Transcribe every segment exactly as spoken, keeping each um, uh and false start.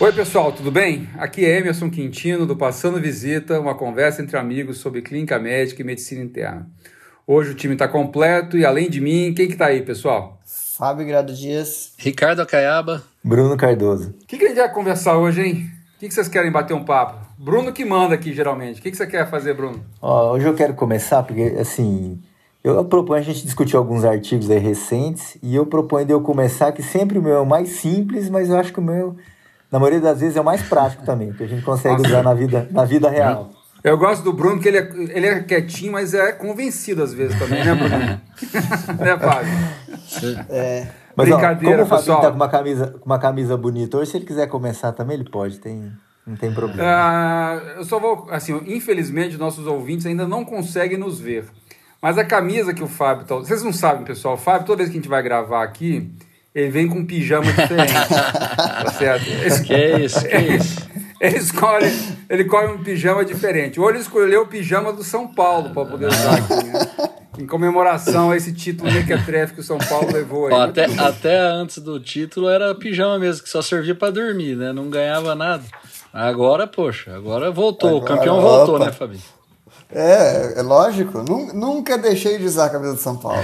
Oi pessoal, tudo bem? Aqui é Emerson Quintino do Passando Visita, uma conversa entre amigos sobre clínica médica e medicina interna. Hoje o time está completo e além de mim, quem que está aí, pessoal? Fábio Grado Dias, Ricardo Acaiaba, Bruno Cardoso. O que, que a gente vai conversar hoje, hein? O que, que vocês querem bater um papo? Bruno que manda aqui, geralmente. O que, que você quer fazer, Bruno? Ó, hoje eu quero começar porque, assim, eu proponho a gente discutir alguns artigos aí recentes e eu proponho de eu começar que sempre o meu é o mais simples, mas eu acho que o meu, na maioria das vezes, é o mais prático também, que a gente consegue Nossa. usar na vida, na vida real. Eu gosto do Bruno, porque ele é, ele é quietinho, mas é convencido às vezes também, né, Bruno? Né, Fábio? é... Mas, ó, Brincadeira, como o Fabinho pessoal. tá com uma camisa, com uma camisa bonita hoje, se ele quiser começar também, ele pode, tem, não tem problema. Ah, eu só vou, assim, infelizmente nossos ouvintes ainda não conseguem nos ver. Mas a camisa que o Fábio tá... Vocês não sabem, pessoal, o Fábio, toda vez que a gente vai gravar aqui, ele vem com um pijama diferente. Tá certo? Esse... Que é isso, que é isso? Ele escolhe, ele escolhe um pijama diferente. Hoje ele escolheu o pijama do São Paulo para poder usar aqui, né? Em comemoração a esse título mequetréfe que o São Paulo levou aí. Ó, até, até antes do título era pijama mesmo, que só servia pra dormir, né? Não ganhava nada. Agora, poxa, agora voltou. Agora, o campeão voltou, opa. né, Fabinho? É, é lógico. Nun- Nunca deixei de usar a camisa do São Paulo.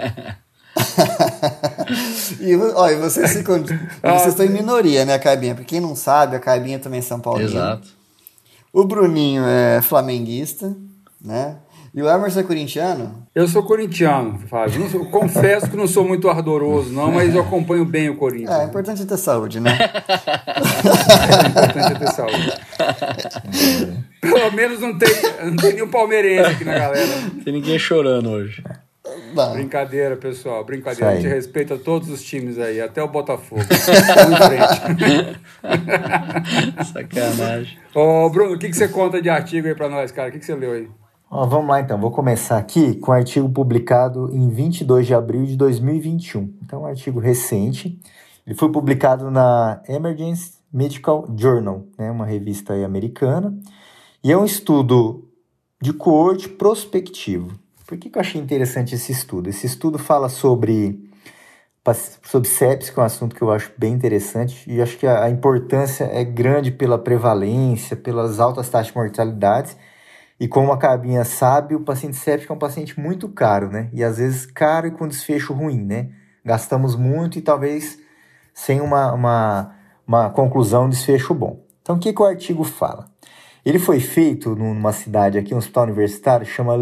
e, ó, e vocês ficam. e vocês estão em minoria, né, a Caibinha? Pra quem não sabe, a Caibinha também é São Paulino. Exato. O Bruninho é flamenguista, né? E o Emerson é corintiano? Eu sou corintiano, Fábio. Não sou- confesso que não sou muito ardoroso, não, mas eu acompanho bem o Corinthians. É, é importante ter saúde, né? É importante ter saúde. Pelo menos não tem, não tem nenhum palmeirense aqui na galera. Tem ninguém chorando hoje. Não. Brincadeira, pessoal. Brincadeira. A Isso gente aí. respeita todos os times aí, até o Botafogo. Vamos em frente. Sacanagem. Ô, Bruno, o que, que você conta de artigo aí pra nós, cara? O que, que você leu aí? Ó, vamos lá então, vou começar aqui com um artigo publicado em vinte e dois de abril de dois mil e vinte e um. Então, um artigo recente. Ele foi publicado na Emergency Medical Journal, né, uma revista aí americana. E é um estudo de coorte prospectivo. Por que, que eu achei interessante esse estudo? Esse estudo fala sobre, sobre sepsis, que é um assunto que eu acho bem interessante. E acho que a, a importância é grande pela prevalência, pelas altas taxas de mortalidade. E como a Cabinha sabe, o paciente séptico é um paciente muito caro, né? E às vezes caro e com desfecho ruim, né? Gastamos muito e talvez sem uma, uma, uma conclusão, um desfecho bom. Então, o que, que o artigo fala? Ele foi feito numa cidade aqui, um hospital universitário, chama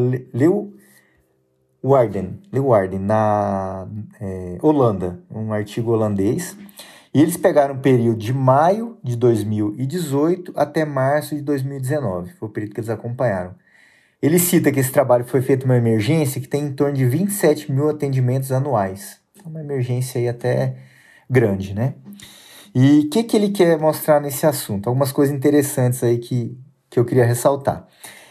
Leeuwarden, Leeuwarden, na é, Holanda, um artigo holandês. E eles pegaram o período de maio de dois mil e dezoito até março de dois mil e dezenove. Foi o período que eles acompanharam. Ele cita que esse trabalho foi feito numa emergência que tem em torno de vinte e sete mil atendimentos anuais. Uma emergência aí até grande, né? E o que, que ele quer mostrar nesse assunto? Algumas coisas interessantes aí que, que eu queria ressaltar.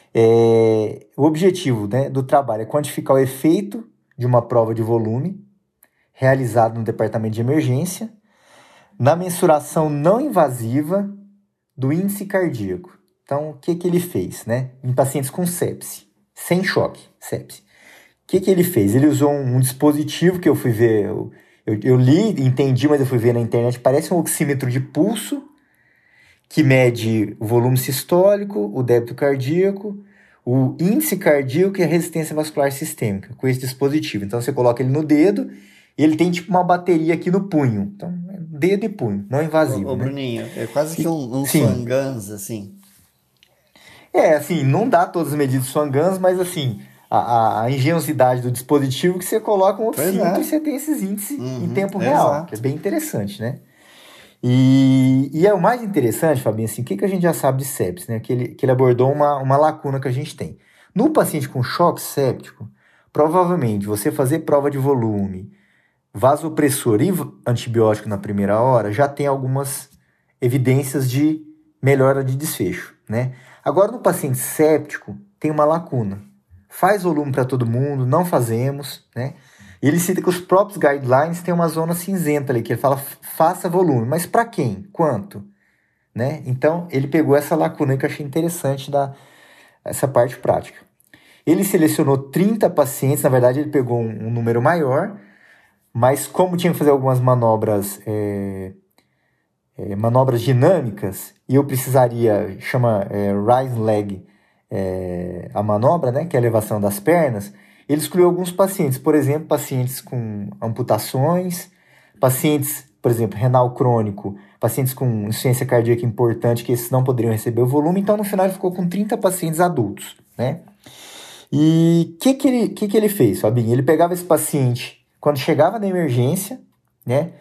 É, o objetivo, né, do trabalho é quantificar o efeito de uma prova de volume realizado no departamento de emergência na mensuração não invasiva do índice cardíaco. Então, o que, que ele fez, né? Em pacientes com sepse, sem choque, sepse. O que, que ele fez? Ele usou um, um dispositivo que eu fui ver, eu, eu, eu li, entendi, mas eu fui ver na internet, parece um oxímetro de pulso, que mede o volume sistólico, o débito cardíaco, o índice cardíaco e a resistência vascular sistêmica, com esse dispositivo. Então, você coloca ele no dedo, e ele tem tipo uma bateria aqui no punho. Então, é dedo e punho, não invasivo. Ô, ô né? Bruninho, é quase que um, um Sim. Swan-Ganz, assim. É, assim, não dá todas as medidas do Swan-Ganz, mas assim, a, a, a engenhosidade do dispositivo que você coloca um Pois oxímetro é. e você tem esses índices Uhum, em tempo real, exato. que é bem interessante, né? E, e é o mais interessante, Fabinho, assim, o que, que a gente já sabe de sepsis, né? Que ele, que ele abordou uma, uma lacuna que a gente tem. No paciente com choque séptico, provavelmente você fazer prova de volume, vasopressor e antibiótico na primeira hora já tem algumas evidências de melhora de desfecho, né? Agora, no paciente séptico, tem uma lacuna. Faz volume para todo mundo, não fazemos, né? E ele cita que os próprios guidelines têm uma zona cinzenta ali, que ele fala, faça volume. Mas para quem? Quanto? Né? Então, ele pegou essa lacuna aí que eu achei interessante da, essa parte prática. Ele selecionou trinta pacientes, na verdade ele pegou um, um número maior, mas como tinha que fazer algumas manobras é, é, manobras dinâmicas, e eu precisaria, chama é, rise leg, é, a manobra, né, que é a elevação das pernas, ele excluiu alguns pacientes, por exemplo, pacientes com amputações, pacientes, por exemplo, renal crônico, pacientes com insuficiência cardíaca importante, que esses não poderiam receber o volume, então no final ele ficou com trinta pacientes adultos, né? E o que que ele, que que ele fez, Fabinho? Ele pegava esse paciente, quando chegava na emergência, né,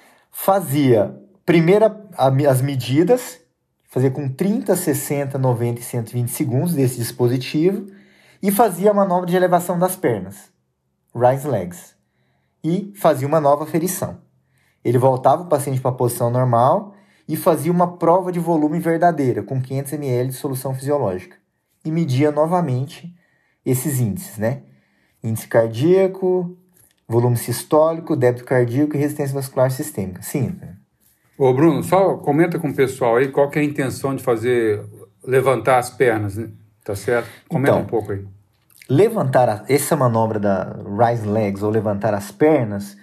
fazia primeiro a, a, as medidas, fazia com trinta, sessenta, noventa e cento e vinte segundos desse dispositivo, e fazia a manobra de elevação das pernas, rise legs, e fazia uma nova aferição. Ele voltava o paciente para a posição normal e fazia uma prova de volume verdadeira, com quinhentos mililitros de solução fisiológica, e media novamente esses índices, né? Índice cardíaco, volume sistólico, débito cardíaco e resistência vascular sistêmica. Sim. Ô Bruno, só comenta com o pessoal aí qual que é a intenção de fazer, levantar as pernas, né? Tá certo? Comenta Então, um pouco aí. Levantar, a, essa manobra da rise legs, ou levantar as pernas,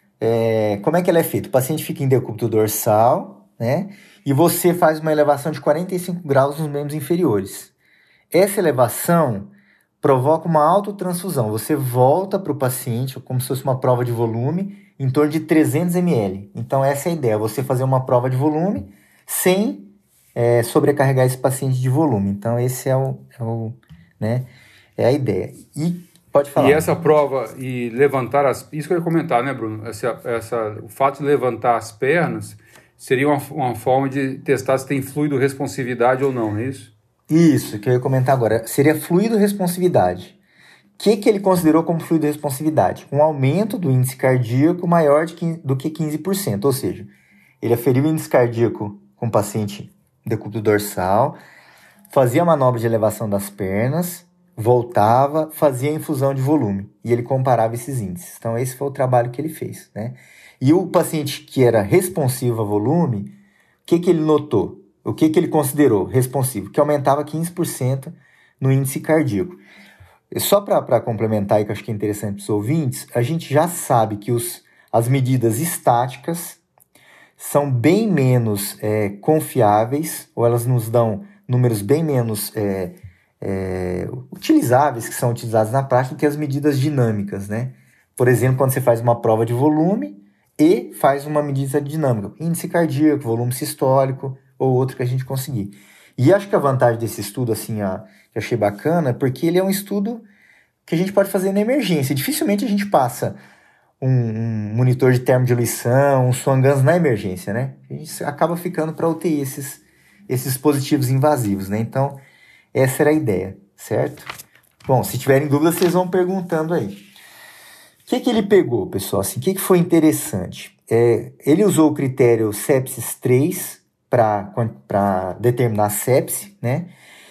é, como é que ela é feita? O paciente fica em decúbito dorsal, né? E você faz uma elevação de quarenta e cinco graus nos membros inferiores. Essa elevação provoca uma autotransfusão. Você volta para o paciente, como se fosse uma prova de volume, em torno de trezentos mililitros. Então essa é a ideia, você fazer uma prova de volume sem é, sobrecarregar esse paciente de volume. Então esse é o, é o, né, é a ideia. E pode falar. E essa prova e levantar as... Isso que eu ia comentar, né, Bruno? Essa, essa, o fato de levantar as pernas seria uma, uma forma de testar se tem fluido responsividade ou não, não é isso? Isso, que eu ia comentar agora. Seria fluido responsividade. O que, que ele considerou como fluido responsividade? Um aumento do índice cardíaco maior de quinze, do que quinze por cento. Ou seja, ele aferiu o índice cardíaco com o paciente decúbito dorsal, fazia a manobra de elevação das pernas, voltava, fazia a infusão de volume. E ele comparava esses índices. Então, esse foi o trabalho que ele fez, né? E o paciente que era responsivo a volume, o que, que ele notou? O que, que ele considerou responsivo? Que aumentava quinze por cento no índice cardíaco. Só para complementar, e que eu acho que é interessante para os ouvintes, a gente já sabe que os, as medidas estáticas são bem menos é, confiáveis, ou elas nos dão números bem menos é, é, utilizáveis, que são utilizados na prática, do que as medidas dinâmicas, né? Por exemplo, quando você faz uma prova de volume e faz uma medida dinâmica, índice cardíaco, volume sistólico, ou outro que a gente conseguir. E acho que a vantagem desse estudo, assim, ó, que eu achei bacana, é porque ele é um estudo que a gente pode fazer na emergência. Dificilmente a gente passa um, um monitor de termodiluição, um Swan-Ganz na emergência, né? A gente acaba ficando para U T I esses, esses dispositivos invasivos, né? Então, essa era a ideia, certo? Bom, se tiverem dúvidas, vocês vão perguntando aí. O que, que ele pegou, pessoal? Assim, o que, que foi interessante? É, ele usou o critério sepsis três para determinar a sepse, né?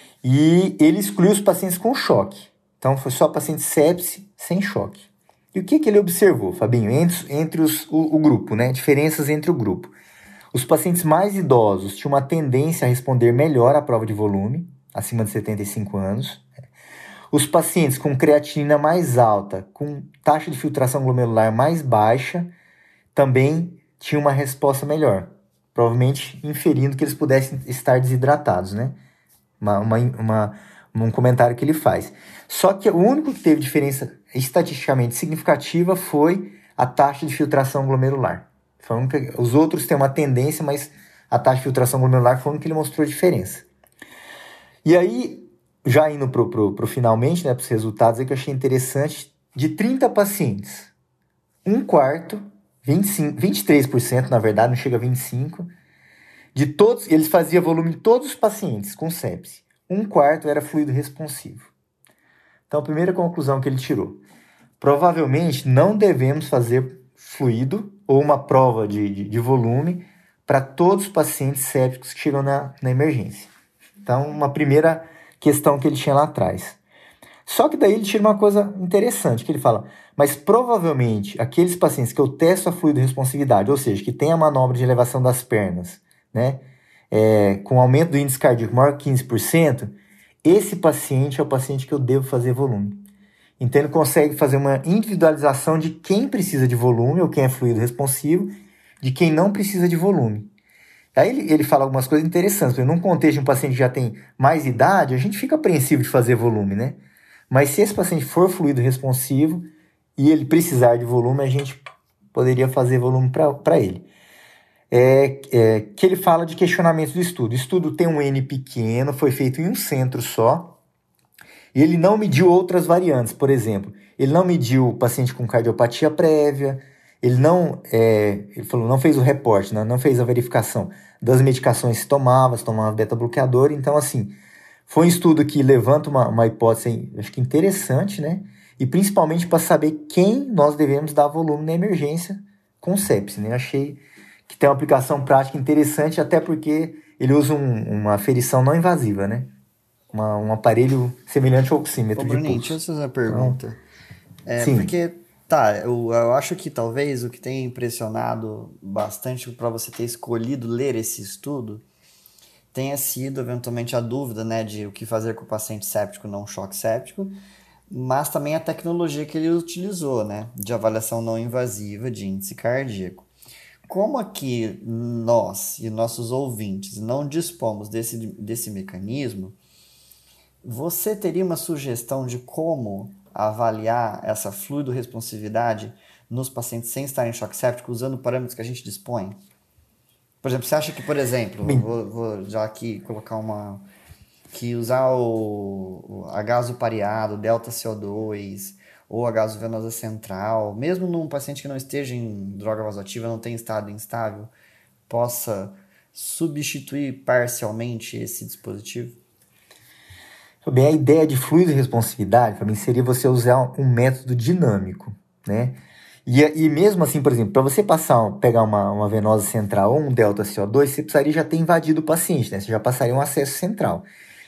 E ele excluiu os pacientes com choque. Então, foi só paciente sepse sem choque. E o que, que ele observou, Fabinho? Entre, entre os, o, o grupo, né? Diferenças entre o grupo. Os pacientes mais idosos tinham uma tendência a responder melhor à prova de volume, acima de setenta e cinco anos. Os pacientes com creatinina mais alta, com taxa de filtração glomerular mais baixa, também tinham uma resposta melhor. Provavelmente inferindo que eles pudessem estar desidratados, né? Uma, uma, uma, um comentário que ele faz. Só que o único que teve diferença estatisticamente significativa foi a taxa de filtração glomerular. Foi um que, os outros têm uma tendência, mas a taxa de filtração glomerular foi o que ele mostrou diferença. E aí, já indo para o finalmente, né, para os resultados, aí que eu achei interessante, de trinta pacientes, um quarto, vinte e cinco, vinte e três por cento na verdade, não chega a vinte e cinco por cento, de todos, eles faziam volume de todos os pacientes com sepse. Um quarto era fluido responsivo. Então, a primeira conclusão que ele tirou, provavelmente não devemos fazer fluido ou uma prova de, de, de volume para todos os pacientes sépticos que chegam na, na emergência. Então, uma primeira questão que ele tinha lá atrás. Só que daí ele tira uma coisa interessante, que ele fala, mas provavelmente aqueles pacientes que eu testo a fluido responsividade, ou seja, que tem a manobra de elevação das pernas, né, é, com aumento do índice cardíaco maior que quinze por cento, esse paciente é o paciente que eu devo fazer volume. Então ele consegue fazer uma individualização de quem precisa de volume, ou quem é fluido responsivo, de quem não precisa de volume. Aí ele, ele fala algumas coisas interessantes. Num contexto de um paciente que já tem mais idade, a gente fica apreensivo de fazer volume, né? Mas se esse paciente for fluido responsivo e ele precisar de volume, a gente poderia fazer volume para ele. É, é, que ele fala de questionamento do estudo. O estudo tem um N pequeno, foi feito em um centro só, e ele não mediu outras variantes. Por exemplo, ele não mediu o paciente com cardiopatia prévia, ele não, é, ele falou, não fez o reporte, né, não fez a verificação das medicações que tomava, se tomava beta-bloqueador. Então, assim, foi um estudo que levanta uma, uma hipótese, acho que interessante, né? E principalmente para saber quem nós devemos dar volume na emergência com sepse, né? Achei que tem uma aplicação prática interessante, até porque ele usa um, uma aferição não invasiva, né? Uma, um aparelho semelhante ao oxímetro. Ô, de Bruninho, pulso. deixa eu te fazer uma pergunta. Então, é, sim. Porque, tá, eu, eu acho que talvez o que tenha impressionado bastante para você ter escolhido ler esse estudo tenha sido, eventualmente, a dúvida, né, de o que fazer com o paciente séptico não choque séptico, mas também a tecnologia que ele utilizou, né, de avaliação não invasiva de índice cardíaco. Como aqui nós e nossos ouvintes não dispomos desse, desse mecanismo, você teria uma sugestão de como avaliar essa fluido-responsividade nos pacientes sem estar em choque séptico usando parâmetros que a gente dispõe? Por exemplo, você acha que, por exemplo, vou, vou já aqui colocar uma... que usar o, o a gaso pareado, delta C O dois... ou a gasovenosa central, mesmo num paciente que não esteja em droga vasoativa, não tenha estado instável, possa substituir parcialmente esse dispositivo? Bem, a ideia de fluido e responsividade, para mim, seria você usar um método dinâmico, né? E, e mesmo assim, por exemplo, para você passar, pegar uma, uma venosa central ou um delta C O dois, você precisaria já ter invadido o paciente, né? Você já passaria um acesso central.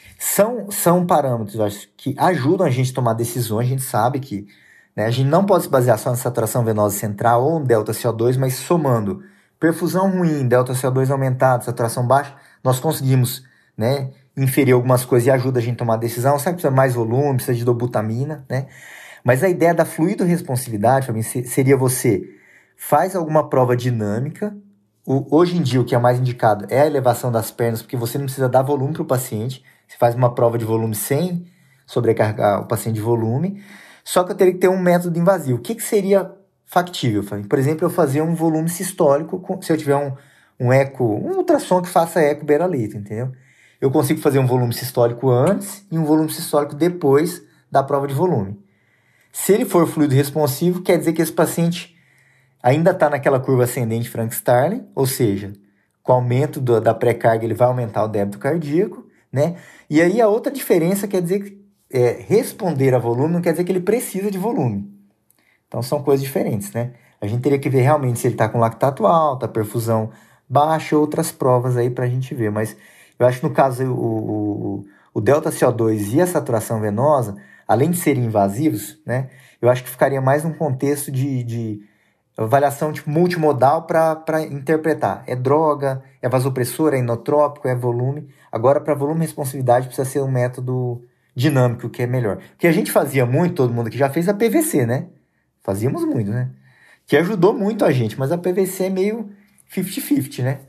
São, são parâmetros, eu acho, que ajudam a gente a tomar decisões. A gente sabe que, né, a gente não pode se basear só na saturação venosa central ou um delta C O dois, mas somando perfusão ruim, delta C O dois aumentado, saturação baixa, nós conseguimos, né, inferir algumas coisas e ajuda a gente a tomar decisão. Sabe que precisa mais volume, precisa de dobutamina, né? Mas a ideia da fluido-responsividade, para mim, seria você faz alguma prova dinâmica. O, hoje em dia, o que é mais indicado é a elevação das pernas, porque você não precisa dar volume para o paciente. Você faz uma prova de volume sem sobrecarregar o paciente de volume, só que eu teria que ter um método invasivo. O que, que seria factível? Por exemplo, eu fazer um volume sistólico, com, se eu tiver um, um eco, um ultrassom que faça eco beira-leito, entendeu? Eu consigo fazer um volume sistólico antes e um volume sistólico depois da prova de volume. Se ele for fluido responsivo, quer dizer que esse paciente ainda está naquela curva ascendente Frank-Starling, ou seja, com o aumento do, da pré-carga ele vai aumentar o débito cardíaco, né? E aí a outra diferença quer dizer que é, responder a volume não quer dizer que ele precisa de volume. Então são coisas diferentes, né? A gente teria que ver realmente se ele está com lactato alto, a perfusão baixa, outras provas aí para a gente ver. Mas eu acho que no caso o, o, o delta C O dois e a saturação venosa, além de serem invasivos, né? Eu acho que ficaria mais num contexto de, de avaliação tipo, multimodal para interpretar. É droga, é vasopressor, é inotrópico, é volume. Agora, para volume e responsividade, precisa ser um método dinâmico, que é melhor. O que a gente fazia muito, todo mundo aqui já fez a P V C, né? Fazíamos muito, né? Que ajudou muito a gente, mas a P V C é meio cinquenta cinquenta, né?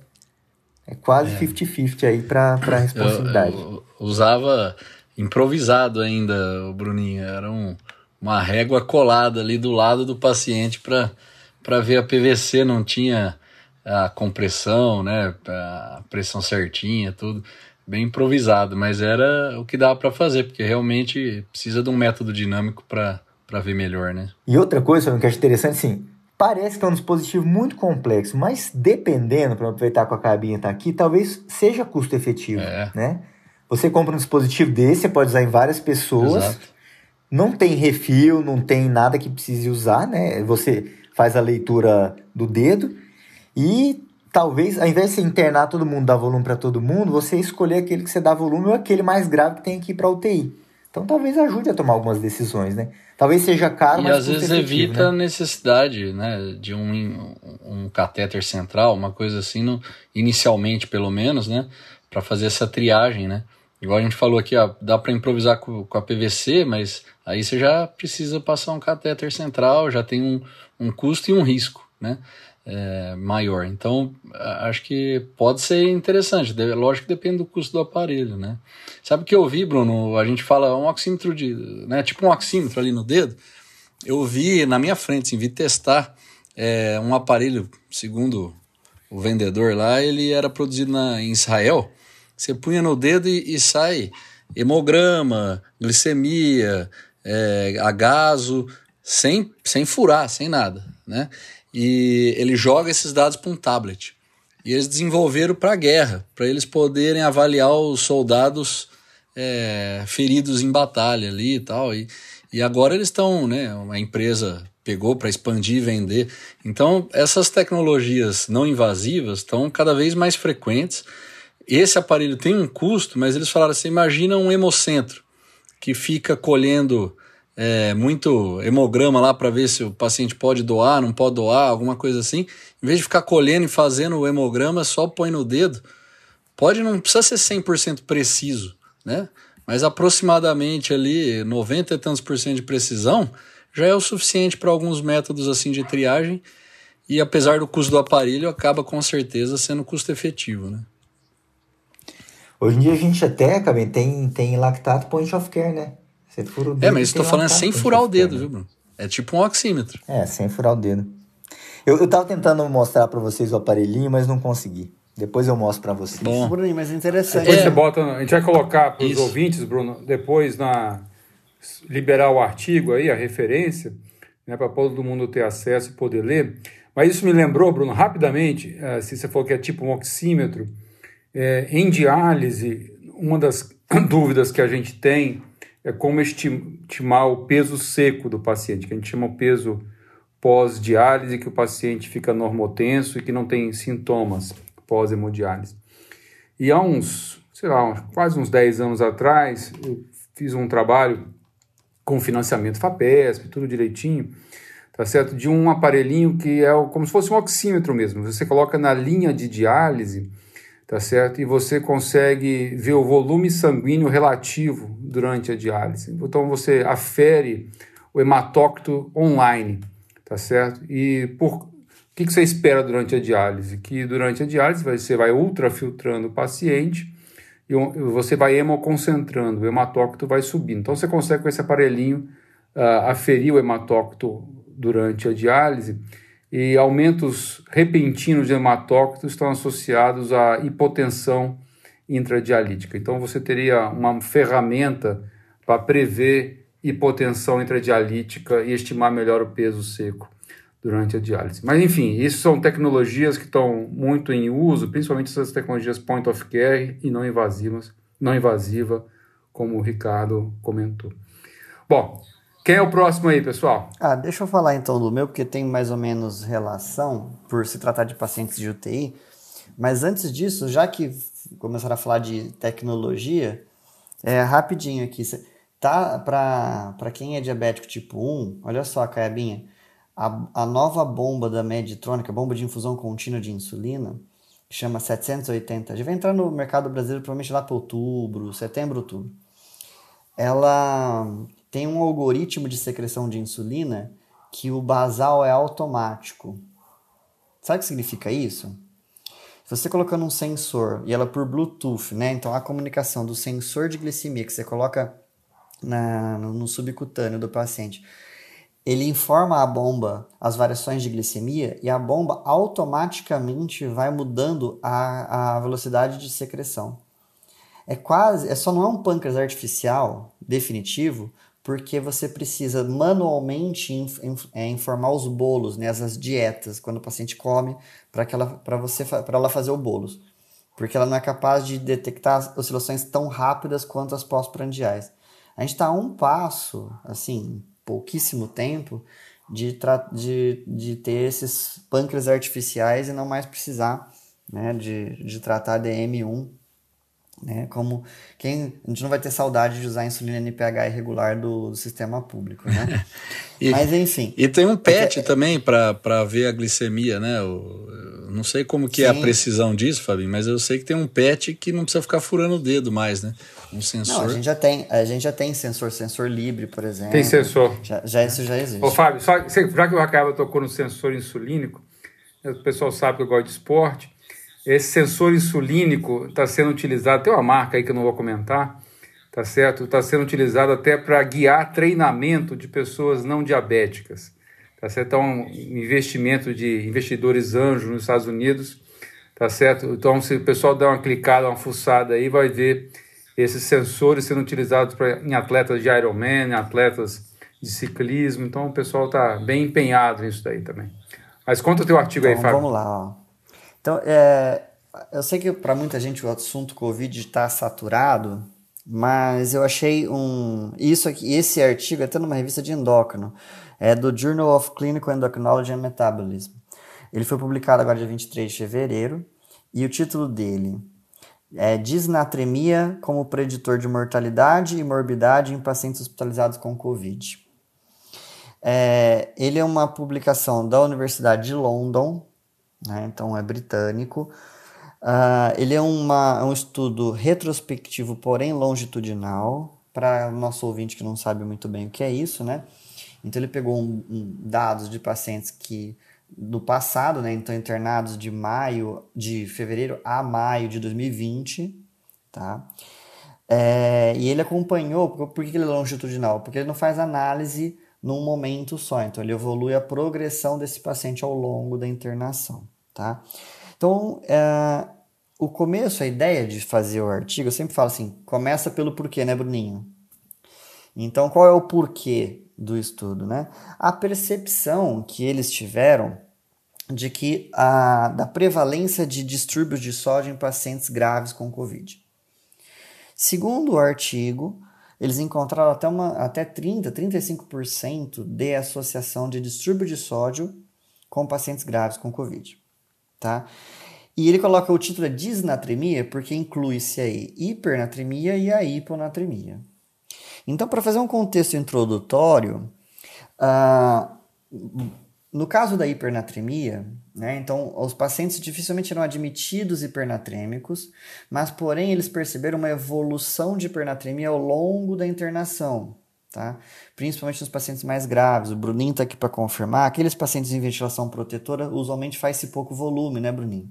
É quase É. cinquenta cinquenta aí para a responsividade. Eu, eu usava improvisado ainda, o Bruninho. Era um, uma régua colada ali do lado do paciente para para ver a P V C, não tinha a compressão, né, a pressão certinha, tudo bem improvisado, mas era o que dava para fazer, porque realmente precisa de um método dinâmico para para ver melhor, né? E outra coisa que eu acho interessante, sim, parece que é um dispositivo muito complexo, mas dependendo, para aproveitar que a cabine está aqui, talvez seja custo efetivo, É. né? Você compra um dispositivo desse, você pode usar em várias pessoas, Exato. não tem refil, não tem nada que precise usar, né? Você faz a leitura do dedo e talvez, ao invés de você internar todo mundo, dar volume para todo mundo, você escolher aquele que você dá volume ou aquele mais grave que tem que ir para U T I. Então talvez ajude a tomar algumas decisões, né? Talvez seja caro, E mas às vezes efetivo, evita né? a necessidade, né, de um, um catéter central, uma coisa assim, no, inicialmente pelo menos, né, para fazer essa triagem, né? Igual a gente falou aqui, ó, dá para improvisar com, com a P V C, mas aí você já precisa passar um catéter central, já tem um, um custo e um risco, né? é, maior. Então, acho que pode ser interessante. Lógico que depende do custo do aparelho, né? Sabe o que eu vi, Bruno? A gente fala um oxímetro de... né? Tipo um oxímetro ali no dedo. Eu vi na minha frente, assim, vi testar é, um aparelho, segundo o vendedor lá, ele era produzido na, em Israel. Você punha no dedo e, e sai hemograma, glicemia, é, agaso, sem, sem furar, sem nada, né? E ele joga esses dados para um tablet. E eles desenvolveram para a guerra, para eles poderem avaliar os soldados é, feridos em batalha ali e tal. E, e agora eles estão, né? Uma empresa pegou para expandir e vender. Então, essas tecnologias não invasivas estão cada vez mais frequentes. Esse aparelho tem um custo, mas eles falaram assim, imagina um hemocentro que fica colhendo é, muito hemograma lá para ver se o paciente pode doar, não pode doar, alguma coisa assim. Em vez de ficar colhendo e fazendo o hemograma, só põe no dedo. Pode, não precisa ser cem por cento preciso, né? Mas aproximadamente ali noventa e tantos por cento de precisão já é o suficiente para alguns métodos assim de triagem e apesar do custo do aparelho, acaba com certeza sendo custo efetivo, né? Hoje em dia a gente até, cara, tem, tem lactato point of care, né? Você fura o dedo. É, mas estou falando sem furar o dedo, care, viu, Bruno? É tipo um oxímetro. É, sem furar o dedo. Eu, eu tava tentando mostrar para vocês o aparelhinho, mas não consegui. Depois eu mostro para vocês. Bom, Bruno, mas é interessante. Depois é. você bota, a gente vai colocar para os Isso. ouvintes, Bruno, depois na liberar o artigo aí, a referência, né, para todo mundo ter acesso e poder ler. Mas isso me lembrou, Bruno, rapidamente, uh, se você falou que é tipo um oxímetro, é, em diálise, uma das dúvidas que a gente tem é como estimar o peso seco do paciente, que a gente chama o peso pós-diálise, que o paciente fica normotenso e que não tem sintomas pós-hemodiálise. E há uns, sei lá, quase uns dez anos atrás, eu fiz um trabalho com financiamento FAPESP, tudo direitinho, tá certo? De um aparelhinho que é como se fosse um oxímetro mesmo. Você coloca na linha de diálise, tá certo? E você consegue ver o volume sanguíneo relativo durante a diálise. Então você afere o hematócrito online, tá certo? E por o que você espera durante a diálise? Que durante a diálise você vai ultrafiltrando o paciente e você vai hemoconcentrando, o hematócrito vai subindo. Então você consegue com esse aparelhinho uh, aferir o hematócrito durante a diálise e aumentos repentinos de hematócritos estão associados à hipotensão intradialítica. Então você teria uma ferramenta para prever hipotensão intradialítica e estimar melhor o peso seco durante a diálise. Mas enfim, isso são tecnologias que estão muito em uso, principalmente essas tecnologias point of care e não invasivas, não invasiva, como o Ricardo comentou. Bom, quem é o próximo aí, pessoal? Ah, deixa eu falar então do meu, porque tem mais ou menos relação, por se tratar de pacientes de U T I. Mas antes disso, já que começaram a falar de tecnologia, é, rapidinho aqui, tá, para quem é diabético tipo um, olha só, Caiabinha, a, a nova bomba da Medtronic, a bomba de infusão contínua de insulina, que chama setecentos e oitenta, já vai entrar no mercado brasileiro provavelmente lá para outubro, setembro, outubro. Ela tem um algoritmo de secreção de insulina que o basal é automático. Sabe o que significa isso? Se você colocando um sensor, e ela por Bluetooth, né? Então a comunicação do sensor de glicemia que você coloca na, no, no subcutâneo do paciente, ele informa a bomba as variações de glicemia e a bomba automaticamente vai mudando a, a velocidade de secreção. É quase, é só não é um pâncreas artificial definitivo, porque você precisa manualmente inf, inf, é, informar os bolos, né, as dietas, quando o paciente come, para ela fazer o bolos. Porque ela não é capaz de detectar oscilações tão rápidas quanto as pós-prandiais. A gente está a um passo, assim, pouquíssimo tempo, de, tra- de, de ter esses pâncreas artificiais e não mais precisar, né, de, de tratar D M um. Né, como quem, a gente não vai ter saudade de usar a insulina N P H irregular do, do sistema público, né? e, Mas enfim. E tem um P E T é, também para ver a glicemia, né? Eu, eu não sei como que sim. é a precisão disso, Fabinho, mas eu sei que tem um P E T que não precisa ficar furando o dedo mais, né? Um sensor. Não, a gente já tem, a gente já tem sensor, sensor Libre, por exemplo. Tem sensor. Já, já isso já existe. Ô, Fábio, só, já que o Raquel tocou no sensor insulínico, o pessoal sabe que eu gosto de esporte. Esse sensor insulínico está sendo utilizado, tem uma marca aí que eu não vou comentar, tá certo? Está sendo utilizado até para guiar treinamento de pessoas não diabéticas, tá certo? Então, um investimento de investidores anjos nos Estados Unidos, tá certo? Então, se o pessoal der uma clicada, uma fuçada aí, vai ver esses sensores sendo utilizados pra, em atletas de Ironman, em atletas de ciclismo. Então, o pessoal está bem empenhado nisso daí também. Mas conta o teu artigo então, aí, Fábio. Vamos lá, ó. Então, é, eu sei que para muita gente o assunto Covid está saturado, mas eu achei um... Isso aqui, esse artigo é até numa revista de endócrino, é do Journal of Clinical Endocrinology and Metabolism. Ele foi publicado agora dia vinte e três de fevereiro, e o título dele é Disnatremia como preditor de mortalidade e morbidade em pacientes hospitalizados com Covid. É, ele é uma publicação da Universidade de London, né, então é britânico. Uh, ele é uma, um estudo retrospectivo, porém longitudinal, para o nosso ouvinte que não sabe muito bem o que é isso, né? Então ele pegou um, um, dados de pacientes que do passado, né? Então internados de maio, de fevereiro a maio de dois mil e vinte, tá? É, e ele acompanhou, por, por que ele é longitudinal? Porque ele não faz análise num momento só, então ele evolui a progressão desse paciente ao longo da internação, tá? Então, é, o começo, a ideia de fazer o artigo, eu sempre falo assim, começa pelo porquê, né, Bruninho? Então, qual é o porquê do estudo, né? A percepção que eles tiveram de que a, da prevalência de distúrbios de sódio em pacientes graves com Covid. Segundo o artigo, eles encontraram até, uma, até trinta, trinta e cinco por cento de associação de distúrbio de sódio com pacientes graves com Covid. Tá? E ele coloca o título de disnatremia porque inclui-se aí hipernatremia e a hiponatremia. Então, para fazer um contexto introdutório, uh, no caso da hipernatremia, né, então os pacientes dificilmente eram admitidos hipernatrêmicos, mas porém eles perceberam uma evolução de hipernatremia ao longo da internação. Tá? Principalmente nos pacientes mais graves. O Bruninho está aqui para confirmar. Aqueles pacientes em ventilação protetora usualmente faz-se pouco volume, né, Bruninho?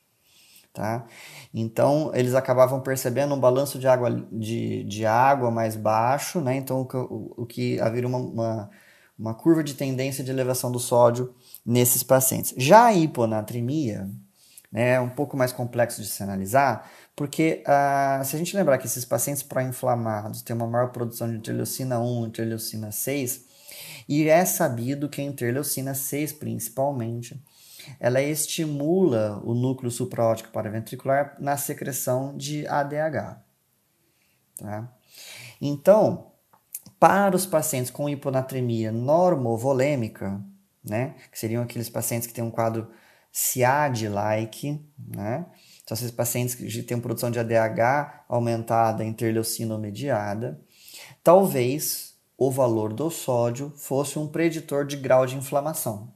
Tá? Então, eles acabavam percebendo um balanço de água, de, de água mais baixo, né? Então, o, o que haveria uma, uma, uma curva de tendência de elevação do sódio nesses pacientes. Já a hiponatremia, né, é um pouco mais complexo de se analisar, porque uh, se a gente lembrar que esses pacientes pró-inflamados têm uma maior produção de interleucina um, interleucina seis, e é sabido que a interleucina seis, principalmente, ela estimula o núcleo supraóptico paraventricular na secreção de A D H. Tá? Então, para os pacientes com hiponatremia normovolêmica, né, que seriam aqueles pacientes que têm um quadro C A D-like, né? Então, esses pacientes que têm produção de A D H aumentada, interleucina mediada, talvez o valor do sódio fosse um preditor de grau de inflamação.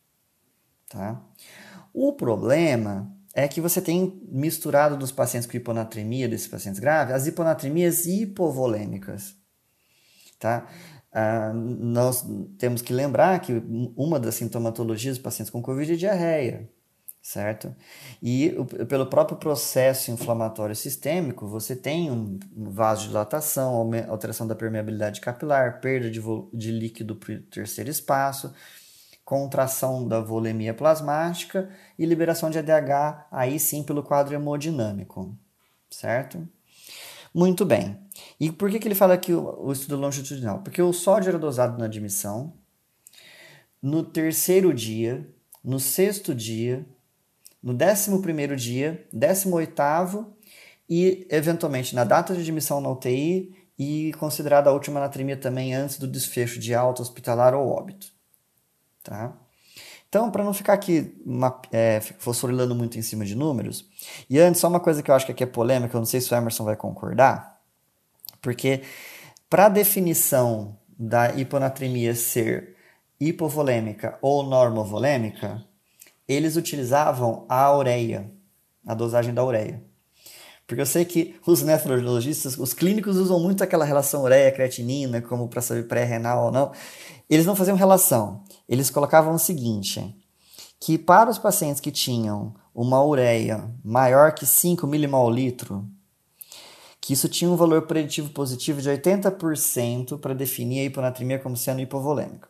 Tá? O problema é que você tem misturado dos pacientes com hiponatremia, desses pacientes graves, as hiponatremias hipovolêmicas. Tá? Ah, nós temos que lembrar que uma das sintomatologias dos pacientes com Covid é diarreia, certo? E pelo próprio processo inflamatório sistêmico, você tem um vasodilatação, alteração da permeabilidade capilar, perda de, de líquido para o terceiro espaço, contração da volemia plasmática e liberação de A D H, aí sim pelo quadro hemodinâmico, certo? Muito bem. E por que, que ele fala aqui o, o estudo longitudinal? Porque o sódio era dosado na admissão, no terceiro dia, no sexto dia, no décimo primeiro dia, décimo oitavo e, eventualmente, na data de admissão na U T I e considerada a última anatremia também antes do desfecho de alta hospitalar ou óbito. Tá? Então, para não ficar aqui uma, é, fosforilando muito em cima de números, e antes, só uma coisa que eu acho que aqui é polêmica, eu não sei se o Emerson vai concordar, porque para a definição da hiponatremia ser hipovolêmica ou normovolêmica, eles utilizavam a ureia, a dosagem da ureia. Porque eu sei que os nefrologistas, os clínicos usam muito aquela relação ureia-creatinina, como para saber pré-renal ou não. Eles não faziam relação. Eles colocavam o seguinte, que para os pacientes que tinham uma ureia maior que cinco milimol litro, que isso tinha um valor preditivo positivo de oitenta por cento para definir a hiponatremia como sendo hipovolêmica.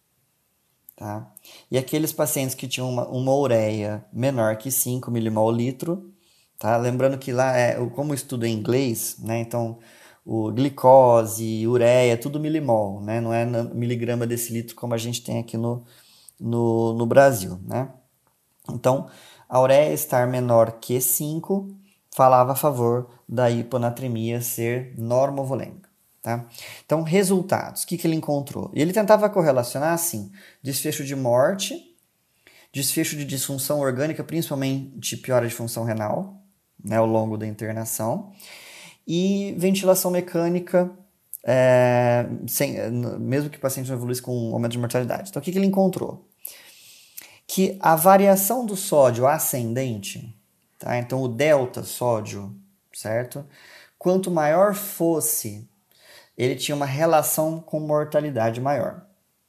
Tá? E aqueles pacientes que tinham uma, uma ureia menor que cinco milimol litro, tá? Lembrando que lá, é, como o estudo é em inglês, né? Então o glicose, ureia, tudo milimol, né? Não é miligrama decilitro como a gente tem aqui no, no, no Brasil, né? Então, a ureia estar menor que cinco falava a favor da hiponatremia ser normovolêmica. Tá? Então, resultados. O que, que ele encontrou? Ele tentava correlacionar, assim, desfecho de morte, desfecho de disfunção orgânica, principalmente piora de função renal, né, ao longo da internação, e ventilação mecânica, é, sem, mesmo que o paciente não evoluísse com aumento de mortalidade. Então, o que, que ele encontrou? Que a variação do sódio ascendente, tá? Então o delta sódio, certo? Quanto maior fosse, ele tinha uma relação com mortalidade maior.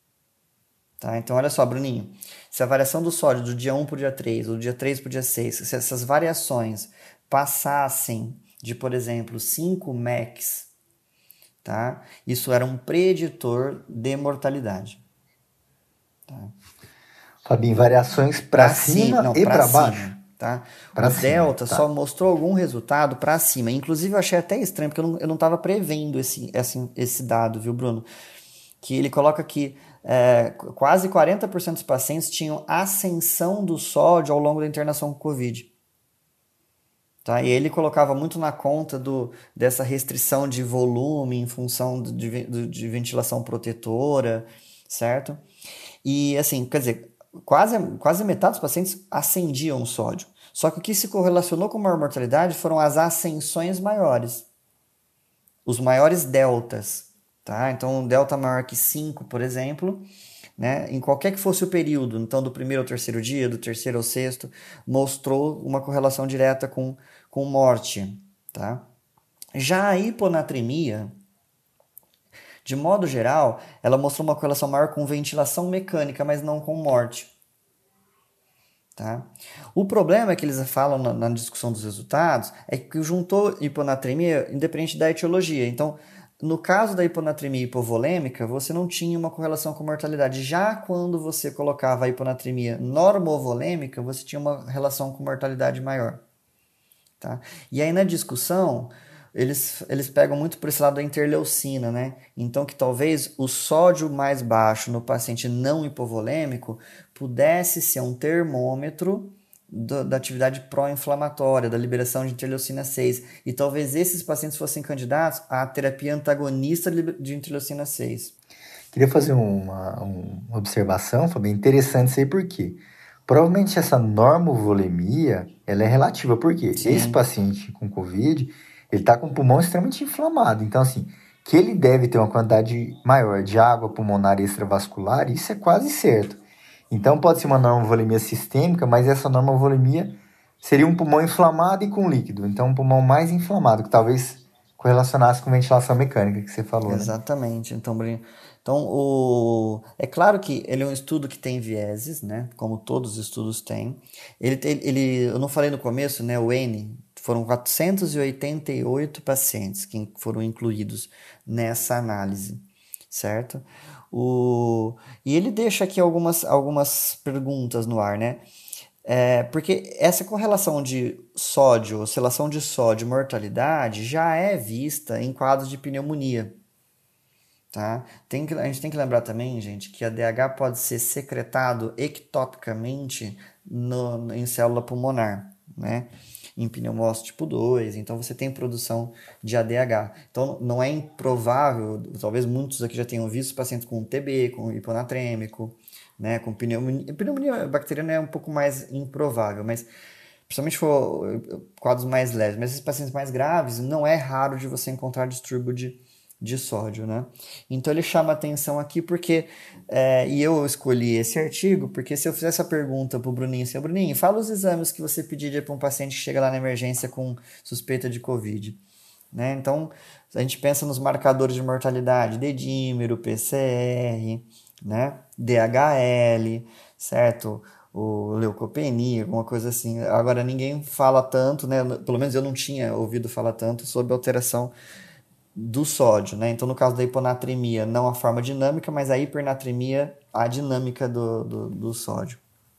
Tá? Então olha só, Bruninho, se a variação do sódio do dia um para o dia três, ou do dia três para o dia seis, se essas variações passassem de, por exemplo, cinco mecs, tá? Isso era um preditor de mortalidade. Tá? Fabinho, variações para cima, cima e para baixo? Tá? Pra o cima, delta tá. só mostrou algum resultado para cima. Inclusive, eu achei até estranho, porque eu não estava prevendo esse, esse, esse dado, viu, Bruno? Que ele coloca que é, quase quarenta por cento dos pacientes tinham ascensão do sódio ao longo da internação com Covid. Tá? E ele colocava muito na conta do, dessa restrição de volume em função de, de, de ventilação protetora, certo? E assim, quer dizer, quase, quase metade dos pacientes ascendiam o sódio. Só que o que se correlacionou com maior mortalidade foram as ascensões maiores. Os maiores deltas. Tá? Então, um delta maior que cinco, por exemplo, né? Em qualquer que fosse o período, então do primeiro ao terceiro dia, do terceiro ao sexto, mostrou uma correlação direta com, com morte. Tá? Já a hiponatremia, de modo geral, ela mostrou uma correlação maior com ventilação mecânica, mas não com morte. Tá? O problema é que eles falam na, na discussão dos resultados é que juntou hiponatremia independente da etiologia. Então, no caso da hiponatremia hipovolêmica, você não tinha uma correlação com mortalidade. Já quando você colocava a hiponatremia normovolêmica, você tinha uma relação com mortalidade maior. Tá? E aí na discussão, eles, eles pegam muito por esse lado da interleucina, né? Então que talvez o sódio mais baixo no paciente não hipovolêmico pudesse ser um termômetro do, da atividade pró-inflamatória, da liberação de interleucina seis. E talvez esses pacientes fossem candidatos à terapia antagonista de interleucina seis. Queria fazer uma, uma observação, foi bem interessante isso aí, por quê? Provavelmente essa normovolemia, ela é relativa, porque Sim. esse paciente com Covid, ele está com o pulmão extremamente inflamado. Então, assim, que ele deve ter uma quantidade maior de água pulmonar extravascular, isso é quase certo. Então, pode ser uma normovolemia sistêmica, mas essa normovolemia seria um pulmão inflamado e com líquido. Então, um pulmão mais inflamado, que talvez correlacionasse com ventilação mecânica, que você falou, Exatamente. Né? Então, Bruno, então o... é claro que ele é um estudo que tem vieses, né? Como todos os estudos têm. Ele, tem, ele, eu não falei no começo, né? O N, foram quatrocentos e oitenta e oito pacientes que foram incluídos nessa análise, certo? O... E ele deixa aqui algumas, algumas perguntas no ar, né? É, porque essa correlação de sódio, oscilação de sódio e mortalidade já é vista em quadros de pneumonia. Tá? Tem que, a gente tem que lembrar também, gente, que a D H pode ser secretado ectopicamente no, em célula pulmonar, né? Em pneumose tipo dois, então você tem produção de A D H. Então não é improvável, talvez muitos aqui já tenham visto pacientes com T B, com hiponatrêmico, né, com pneumonia. Pneumonia bacteriana é um pouco mais improvável, mas principalmente for quadros mais leves. Mas esses pacientes mais graves, não é raro de você encontrar distúrbio de, de sódio, né? Então ele chama atenção aqui porque, é, e eu escolhi esse artigo, porque se eu fizesse a pergunta para o Bruninho, assim, Bruninho, fala os exames que você pediria para um paciente que chega lá na emergência com suspeita de Covid. Né? Então, a gente pensa nos marcadores de mortalidade, dedímero, P C R, né? D H L, certo? o leucopenia, alguma coisa assim. Agora, ninguém fala tanto, né? Pelo menos eu não tinha ouvido falar tanto sobre alteração do sódio, né? Então, no caso da hiponatremia, não a forma dinâmica, mas a hipernatremia, a dinâmica do, do, do sódio.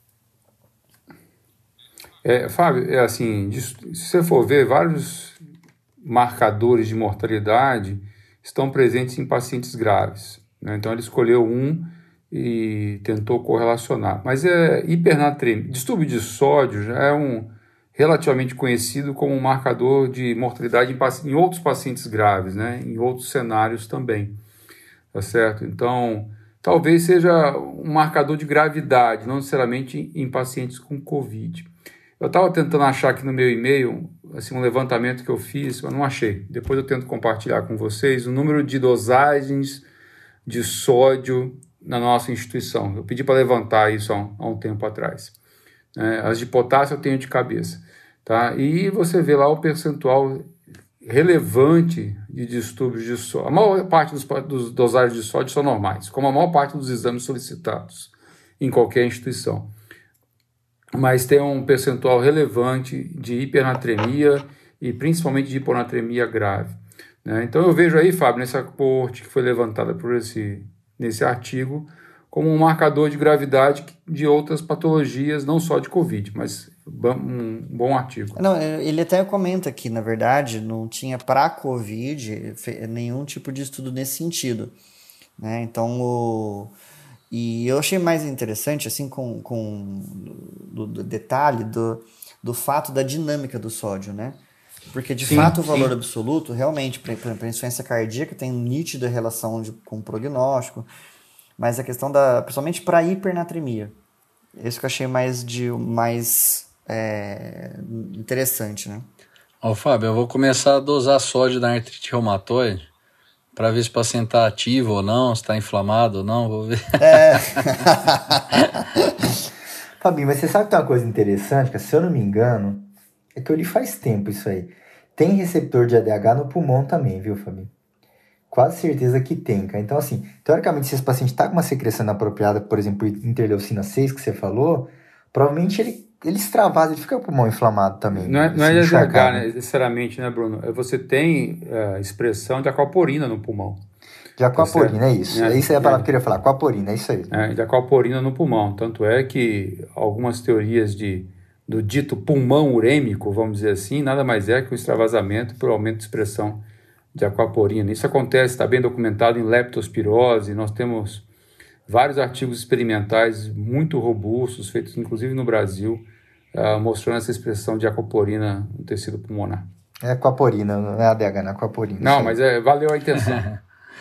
É, Fábio, é assim, se você for ver, vários marcadores de mortalidade estão presentes em pacientes graves, né? Então, ele escolheu um e tentou correlacionar. Mas é hipernatremia. Distúrbio de sódio já é um relativamente conhecido como um marcador de mortalidade em, em outros pacientes graves, né? Em outros cenários também, tá certo? Então, talvez seja um marcador de gravidade, não necessariamente em pacientes com Covid. Eu estava tentando achar aqui no meu e-mail assim, um levantamento que eu fiz, mas não achei. Depois eu tento compartilhar com vocês o número de dosagens de sódio na nossa instituição. Eu pedi para levantar isso há um, há um tempo atrás. É, as de potássio eu tenho de cabeça. Tá? E você vê lá o percentual relevante de distúrbios de sódio. A maior parte dos, dos dosagens de sódio são normais, como a maior parte dos exames solicitados em qualquer instituição. Mas tem um percentual relevante de hipernatremia e principalmente de hiponatremia grave, né? Então eu vejo aí, Fábio, nessa corte que foi levantada por esse, nesse artigo, como um marcador de gravidade de outras patologias, não só de Covid, mas um bom artigo. Não, ele até comenta que, na verdade, não tinha para Covid nenhum tipo de estudo nesse sentido, né? Então, o... E eu achei mais interessante, assim, com, com do, do detalhe do, do fato da dinâmica do sódio, né? Porque, de sim, fato, o valor sim. absoluto, realmente, para a insuficiência cardíaca, tem nítida relação de, com o prognóstico, mas a questão da... Principalmente para hipernatremia. Isso que eu achei mais, de, mais é, interessante, né? Ó, Fábio, eu vou começar a dosar sódio na artrite reumatoide, para ver se o paciente está ativo ou não, se está inflamado ou não, vou ver. É. Fabinho, mas você sabe que tem uma coisa interessante, que se eu não me engano, é que eu li faz tempo isso aí. Tem receptor de A D H no pulmão também, viu, Fabinho? Quase certeza que tem, cara. Então, assim, teoricamente, se esse paciente está com uma secreção inapropriada, por exemplo, interleucina seis, que você falou, provavelmente ele, ele extravasa, ele fica com o pulmão inflamado também. Não é, não é de A D H, né, necessariamente, né, Bruno? Você tem é, expressão de aquaporina no pulmão. De aquaporina, tá, é isso. É, isso é a palavra é, que eu queria falar, aquaporina, é isso aí. É, de aquaporina no pulmão. Tanto é que algumas teorias de, do dito pulmão urêmico, vamos dizer assim, nada mais é que o extravasamento por aumento de expressão de aquaporina. Isso acontece, está bem documentado em leptospirose. Nós temos vários artigos experimentais muito robustos, feitos inclusive no Brasil, uh, mostrando essa expressão de aquaporina no tecido pulmonar. É aquaporina, não é A D H, não é aquaporina. Não, mas é, valeu a intenção.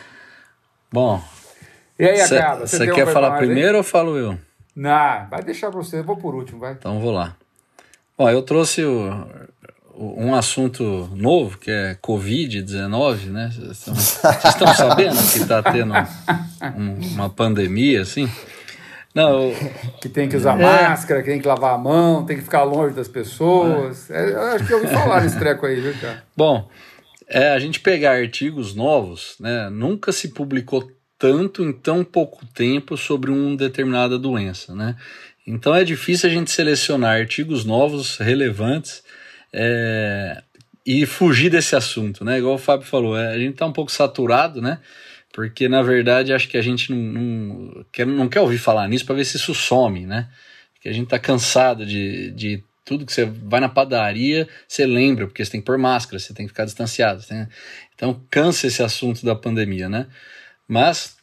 Bom, e aí, Acaba, você quer falar primeiro aí? Ou falo eu? Não, vai deixar para você, eu vou por último, vai. Então vou lá. Bom, eu trouxe o, o, um assunto novo, que é covid dezenove, né? Vocês estão sabendo que está tendo um, uma pandemia, assim? Não, eu... Que tem que usar é... máscara, que tem que lavar a mão, tem que ficar longe das pessoas. É. É, eu acho que eu ouvi falar nesse treco aí, viu, cara? Bom, é, a gente pegar artigos novos, né? Nunca se publicou tanto em tão pouco tempo sobre uma determinada doença, né? Então é difícil a gente selecionar artigos novos, relevantes, é, e fugir desse assunto, né? Igual o Fábio falou, é, a gente tá um pouco saturado, né? Porque, na verdade, acho que a gente não, não, quer, não quer ouvir falar nisso para ver se isso some, né? Porque a gente tá cansado de, de tudo que você vai na padaria, você lembra, porque você tem que pôr máscara, você tem que ficar distanciado. Tem... Então, cansa esse assunto da pandemia, né? Mas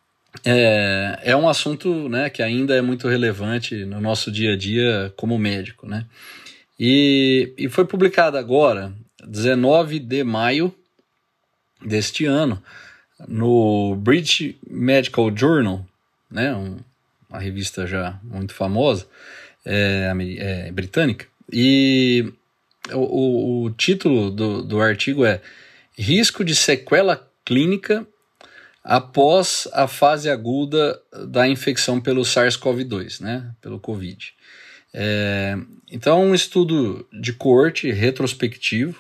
é, é um assunto, né, que ainda é muito relevante no nosso dia a dia como médico, né? E, e foi publicado agora, dezenove de maio deste ano, no British Medical Journal, né, um, uma revista já muito famosa, é, é, britânica, e o, o, o título do, do artigo é Risco de sequela clínica após a fase aguda da infecção pelo SARS-CoV dois, né, pelo Covid. É, então, um estudo de coorte retrospectivo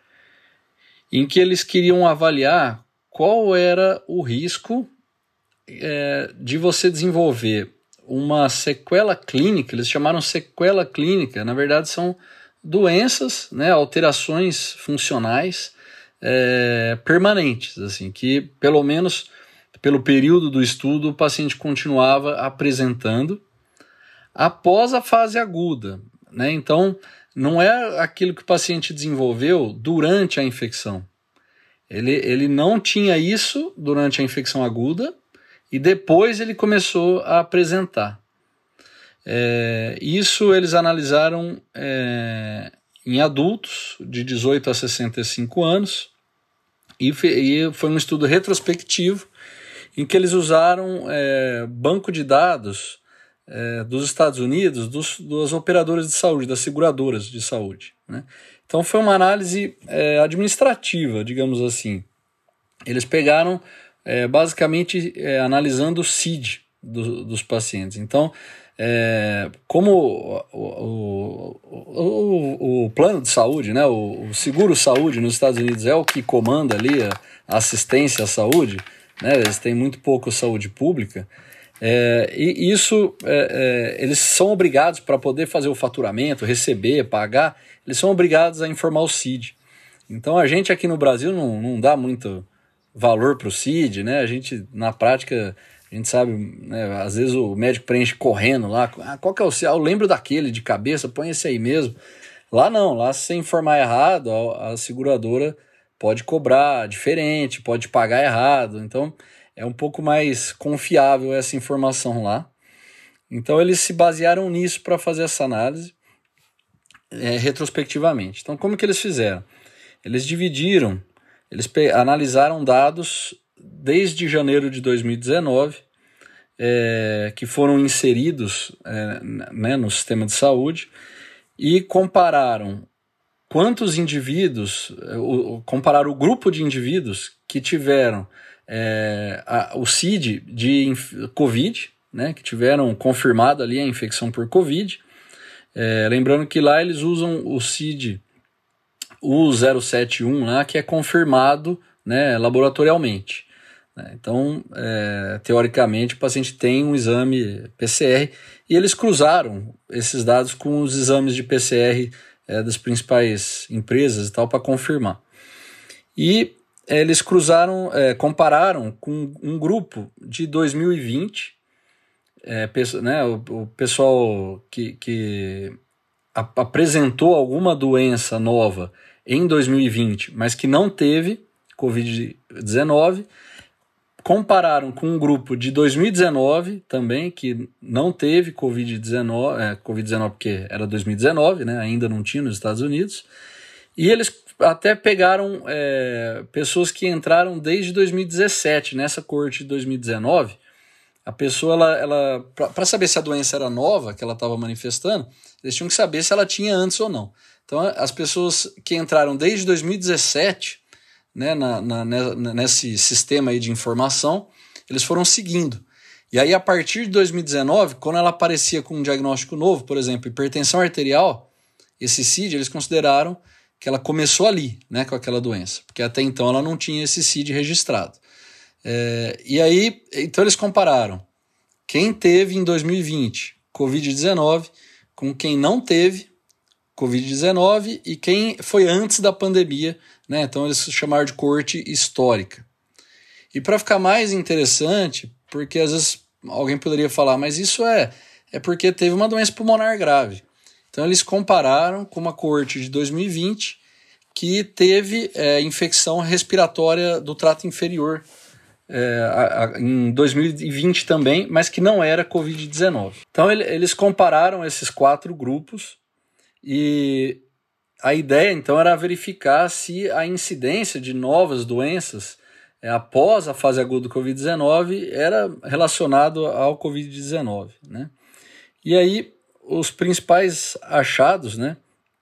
em que eles queriam avaliar qual era o risco é, de você desenvolver uma sequela clínica, eles chamaram sequela clínica, na verdade são doenças, né, alterações funcionais é, permanentes, assim, que pelo menos pelo período do estudo o paciente continuava apresentando após a fase aguda, né? Então não é aquilo que o paciente desenvolveu durante a infecção. Ele, ele não tinha isso durante a infecção aguda e depois ele começou a apresentar. É, isso eles analisaram é, em adultos de dezoito a sessenta e cinco anos e, fe, e foi um estudo retrospectivo em que eles usaram é, banco de dados é, dos Estados Unidos, dos, dos operadores de saúde, das seguradoras de saúde, né? Então foi uma análise é, administrativa, digamos assim. Eles pegaram é, basicamente é, analisando o C I D do, dos pacientes. Então, é, como o, o, o, o plano de saúde, né, o, o seguro-saúde nos Estados Unidos é o que comanda ali a, a assistência à saúde, né, eles têm muito pouco saúde pública, é, e isso é, é, eles são obrigados para poder fazer o faturamento, receber, pagar, eles são obrigados a informar o C I D. Então a gente aqui no Brasil não, não dá muito valor para o C I D, né? A gente, na prática, a gente sabe, né, às vezes o médico preenche correndo lá, ah, qual que é o C I D? Ah, eu lembro daquele de cabeça, põe esse aí mesmo. Lá não, lá se você informar errado, a, a seguradora pode cobrar diferente, pode pagar errado, então é um pouco mais confiável essa informação lá. Então eles se basearam nisso para fazer essa análise é, retrospectivamente. Então como que eles fizeram? Eles dividiram, eles analisaram dados desde janeiro de dois mil e dezenove, é, que foram inseridos é, né, no sistema de saúde, e compararam quantos indivíduos, o, compararam o grupo de indivíduos que tiveram é, a, o C I D de Covid, né, que tiveram confirmado ali a infecção por Covid. É, lembrando que lá eles usam o C I D U zero sete um lá, que é confirmado, né, laboratorialmente. Então, é, teoricamente, o paciente tem um exame P C R e eles cruzaram esses dados com os exames de P C R é, das principais empresas e tal para confirmar. E é, eles cruzaram, é, compararam com um grupo de dois mil e vinte, é, né, o, o pessoal que, que a, apresentou alguma doença nova em dois mil e vinte, mas que não teve covid dezenove, compararam com um grupo de dois mil e dezenove também, que não teve covid dezenove, é, covid dezenove porque era dois mil e dezenove, né, ainda não tinha nos Estados Unidos, e eles até pegaram é, pessoas que entraram desde dois mil e dezessete, nessa coorte de dois mil e dezenove, a pessoa, ela, ela para saber se a doença era nova, que ela estava manifestando, eles tinham que saber se ela tinha antes ou não. Então, as pessoas que entraram desde dois mil e dezessete, né, na, na, nesse sistema aí de informação, eles foram seguindo. E aí, a partir de dois mil e dezenove, quando ela aparecia com um diagnóstico novo, por exemplo, hipertensão arterial, esse C I D, eles consideraram que ela começou ali, né, com aquela doença, porque até então ela não tinha esse C I D registrado. É, e aí, então eles compararam quem teve em dois mil e vinte covid dezenove com quem não teve covid dezenove e quem foi antes da pandemia, né? Então eles chamaram de coorte histórica. E para ficar mais interessante, porque às vezes alguém poderia falar, mas isso é, é porque teve uma doença pulmonar grave. Então eles compararam com uma coorte de dois mil e vinte que teve é, infecção respiratória do trato inferior É, a, a, em dois mil e vinte também, mas que não era covid dezenove. Então ele, eles compararam esses quatro grupos e a ideia então era verificar se a incidência de novas doenças é, após a fase aguda do covid dezenove era relacionado ao covid dezenove, né? E aí os principais achados, né,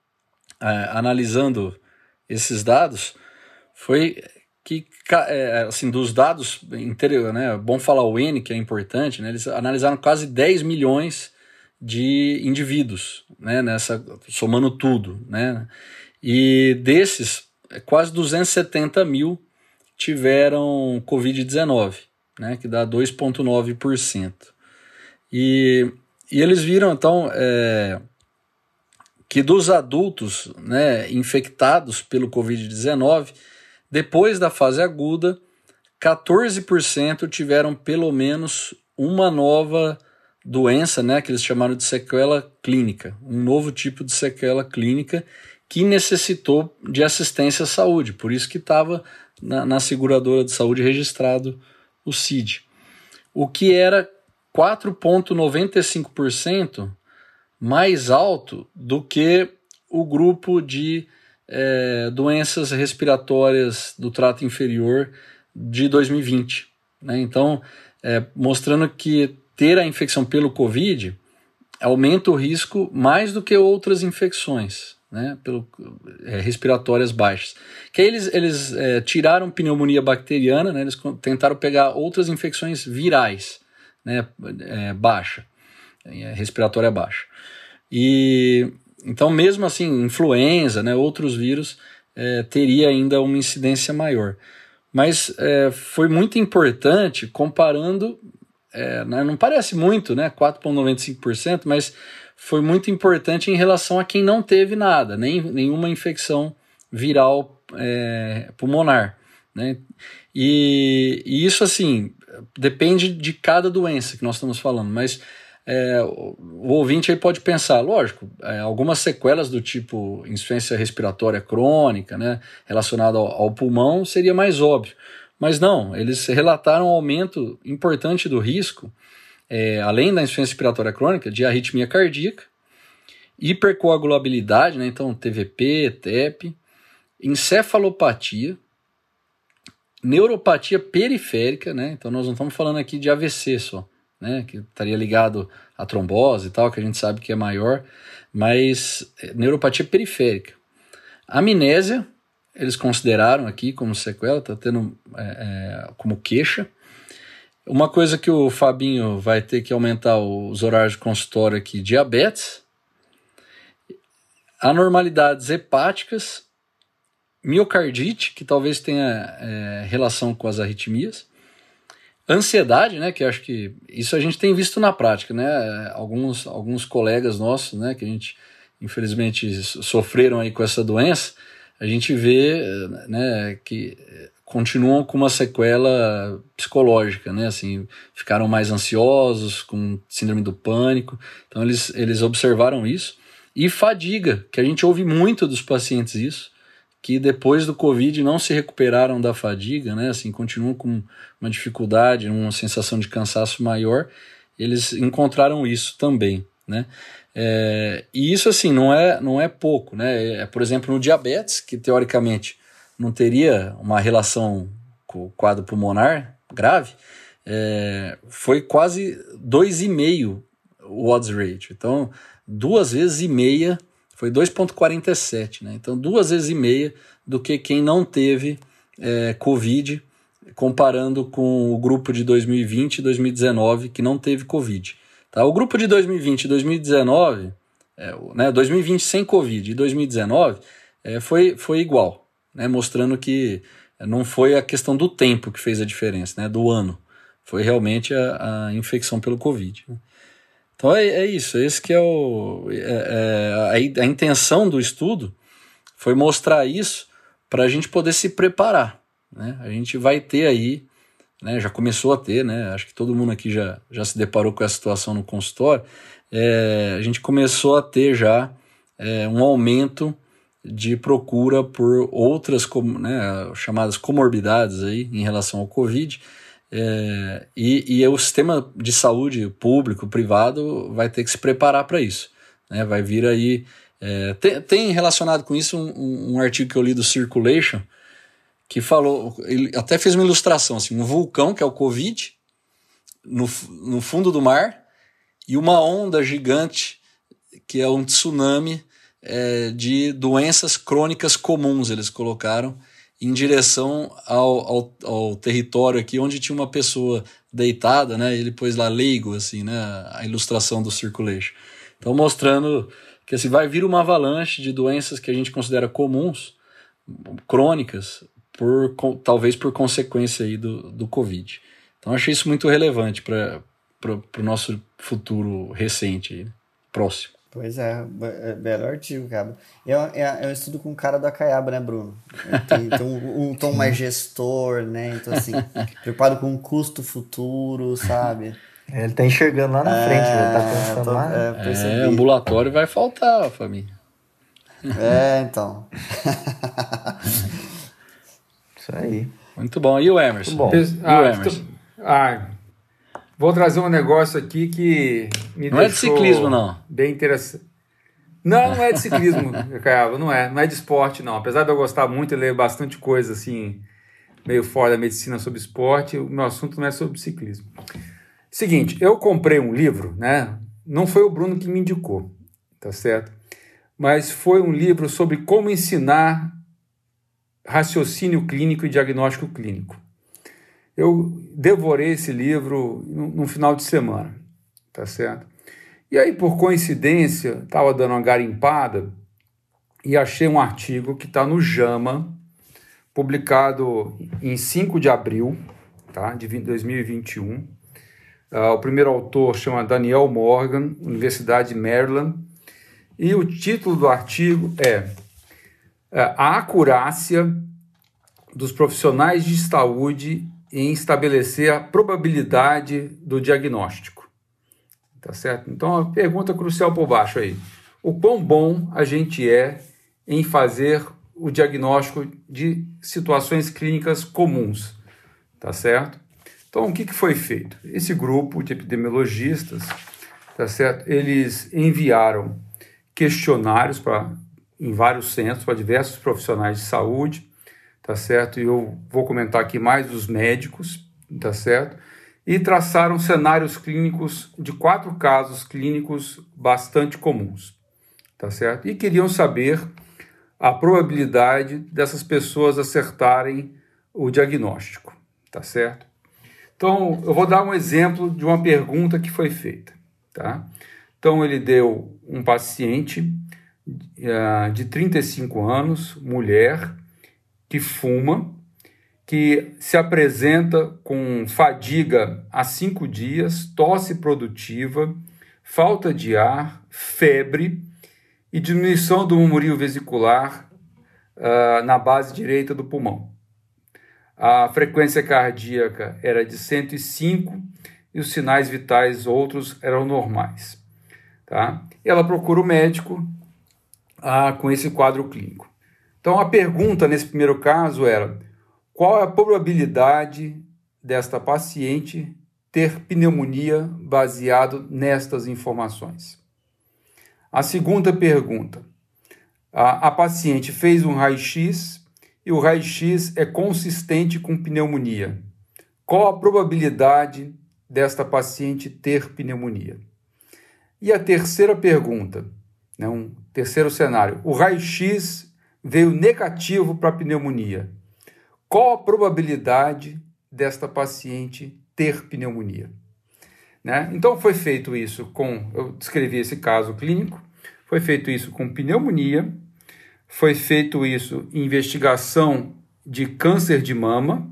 analisando esses dados, foi que, assim, dos dados, né, bom falar o N, que é importante, né, eles analisaram quase dez milhões de indivíduos, né, nessa, somando tudo, né, e desses, quase duzentos e setenta mil tiveram covid dezenove, né, que dá dois vírgula nove por cento. E, e eles viram, então, é, que dos adultos, né, infectados pelo covid dezenove, depois da fase aguda, quatorze por cento tiveram pelo menos uma nova doença, né, que eles chamaram de sequela clínica, um novo tipo de sequela clínica que necessitou de assistência à saúde, por isso que estava na, na seguradora de saúde registrado o C I D, o que era quatro vírgula noventa e cinco por cento mais alto do que o grupo de é, doenças respiratórias do trato inferior de dois mil e vinte. Né? Então, é, mostrando que ter a infecção pelo Covid aumenta o risco mais do que outras infecções, né? Pelo, é, respiratórias baixas. Que aí eles, eles é, tiraram pneumonia bacteriana, né? Eles tentaram pegar outras infecções virais, né? é, baixa, é, respiratória baixa. E então, mesmo assim, influenza, né? Outros vírus, é, teria ainda uma incidência maior. Mas é, foi muito importante comparando, é, não parece muito, né, quatro vírgula noventa e cinco por cento, mas foi muito importante em relação a quem não teve nada, nem, nenhuma infecção viral é, pulmonar. Né? E, e isso, assim, depende de cada doença que nós estamos falando, mas é, o, o ouvinte aí pode pensar, lógico, é, algumas sequelas do tipo insuficiência respiratória crônica, né, relacionada ao, ao pulmão, seria mais óbvio. Mas não, eles relataram um aumento importante do risco, é, além da insuficiência respiratória crônica, de arritmia cardíaca, hipercoagulabilidade, né, então T V P, T E P, encefalopatia, neuropatia periférica, né, então nós não estamos falando aqui de A V C só, né, que estaria ligado à trombose e tal, que a gente sabe que é maior, mas neuropatia periférica. Amnésia, eles consideraram aqui como sequela, está tendo é, é, como queixa. Uma coisa que o Fabinho vai ter que aumentar os horários de consultório aqui, diabetes, anormalidades hepáticas, miocardite, que talvez tenha é, relação com as arritmias, ansiedade, né, que acho que isso a gente tem visto na prática, né, alguns, alguns colegas nossos, né, que a gente infelizmente sofreram aí com essa doença, a gente vê, né, que continuam com uma sequela psicológica, né, assim, ficaram mais ansiosos, com síndrome do pânico, então eles, eles observaram isso, e fadiga, que a gente ouve muito dos pacientes isso, que depois do Covid não se recuperaram da fadiga, né, assim, continuam com uma dificuldade, uma sensação de cansaço maior, eles encontraram isso também, né. É, e isso, assim, não é, não é pouco, né, é, por exemplo, no diabetes, que teoricamente não teria uma relação com o quadro pulmonar grave, é, foi quase dois vírgula cinco o odds ratio, então duas vezes e meia, foi dois vírgula quarenta e sete, né? Então duas vezes e meia do que quem não teve é, Covid, comparando com o grupo de dois mil e vinte e dois mil e dezenove que não teve Covid. Tá? O grupo de dois mil e vinte e dois mil e dezenove, é, né, dois mil e vinte sem Covid e dois mil e dezenove é, foi, foi igual, né, mostrando que não foi a questão do tempo que fez a diferença, né, do ano, foi realmente a, a infecção pelo Covid. Né? Então é, é isso, esse que é o, é, é, a, a intenção do estudo foi mostrar isso para a gente poder se preparar. Né? A gente vai ter aí, né, já começou a ter, né, acho que todo mundo aqui já, já se deparou com essa situação no consultório, é, a gente começou a ter já é, um aumento de procura por outras, né, chamadas comorbidades aí, em relação ao Covid, é, e, e o sistema de saúde público, privado, vai ter que se preparar para isso. Né, vai vir aí, é, tem, tem relacionado com isso um, um artigo que eu li do Circulation, que falou, ele até fez uma ilustração, assim, um vulcão, que é o Covid, no, no fundo do mar, e uma onda gigante, que é um tsunami é, de doenças crônicas comuns, eles colocaram, em direção ao, ao, ao território aqui, onde tinha uma pessoa deitada, né, ele pôs lá leigo, assim, né, a ilustração do Circulation. Então, mostrando que assim, vai vir uma avalanche de doenças que a gente considera comuns, crônicas, por, talvez por consequência aí do, do Covid. Então achei isso muito relevante para para o nosso futuro recente, aí, né? Próximo. Pois é, belo artigo, cara. Eu, eu, eu estudo com o cara da Caiaba, né, Bruno? Tem, tem um, um tom mais gestor, né? Então, assim, preocupado com o custo futuro, sabe? É, ele tá enxergando lá na É, frente, já tá pensando tô- lá. é, percebi. É, ambulatório vai faltar, família. É, então. Isso aí. Muito bom. E o Emerson? Muito bom. Pes- E o Ah, Emerson? tô- ah, vou trazer um negócio aqui que me Não é de deixou ciclismo, não. bem interessante. Não, não é de ciclismo, Caiaba, não é. Não é de esporte, não. Apesar de eu gostar muito e ler bastante coisa, assim, meio fora da medicina sobre esporte, o meu assunto não é sobre ciclismo. Seguinte, eu comprei um livro, né? Não foi o Bruno que me indicou, tá certo? Mas foi um livro sobre como ensinar raciocínio clínico e diagnóstico clínico. Eu devorei esse livro num num final de semana, tá certo? E aí, por coincidência, estava dando uma garimpada e achei um artigo que está no JAMA, publicado em cinco de abril, tá, de dois mil e vinte e um. Uh, o primeiro autor chama Daniel Morgan, Universidade de Maryland, e o título do artigo é uh, A acurácia dos profissionais de saúde em estabelecer a probabilidade do diagnóstico. Tá certo? Então, a pergunta crucial por baixo aí. O quão bom a gente é em fazer o diagnóstico de situações clínicas comuns, tá certo? Então, o que, que foi feito? Esse grupo de epidemiologistas, tá certo? Eles enviaram questionários para, em vários centros, para diversos profissionais de saúde, tá certo? E eu vou comentar aqui mais dos médicos, tá certo? E traçaram cenários clínicos de quatro casos clínicos bastante comuns, tá certo? E queriam saber a probabilidade dessas pessoas acertarem o diagnóstico, tá certo? Então, eu vou dar um exemplo de uma pergunta que foi feita, tá? Então, ele deu um paciente uh, de trinta e cinco anos, mulher, que fuma, que se apresenta com fadiga há cinco dias, tosse produtiva, falta de ar, febre e diminuição do murmúrio vesicular uh, na base direita do pulmão. A frequência cardíaca era de cento e cinco e os sinais vitais outros eram normais. Tá? E ela procura o médico ah, com esse quadro clínico. Então, a pergunta nesse primeiro caso era: qual é a probabilidade desta paciente ter pneumonia baseado nestas informações? A segunda pergunta: a, a paciente fez um raio-x e o raio-x é consistente com pneumonia. Qual a probabilidade desta paciente ter pneumonia? E a terceira pergunta, né, um terceiro cenário: o raio-x veio negativo para pneumonia. Qual a probabilidade desta paciente ter pneumonia? Né? Então, foi feito isso com... Eu descrevi esse caso clínico. Foi feito isso com pneumonia. Foi feito isso em investigação de câncer de mama,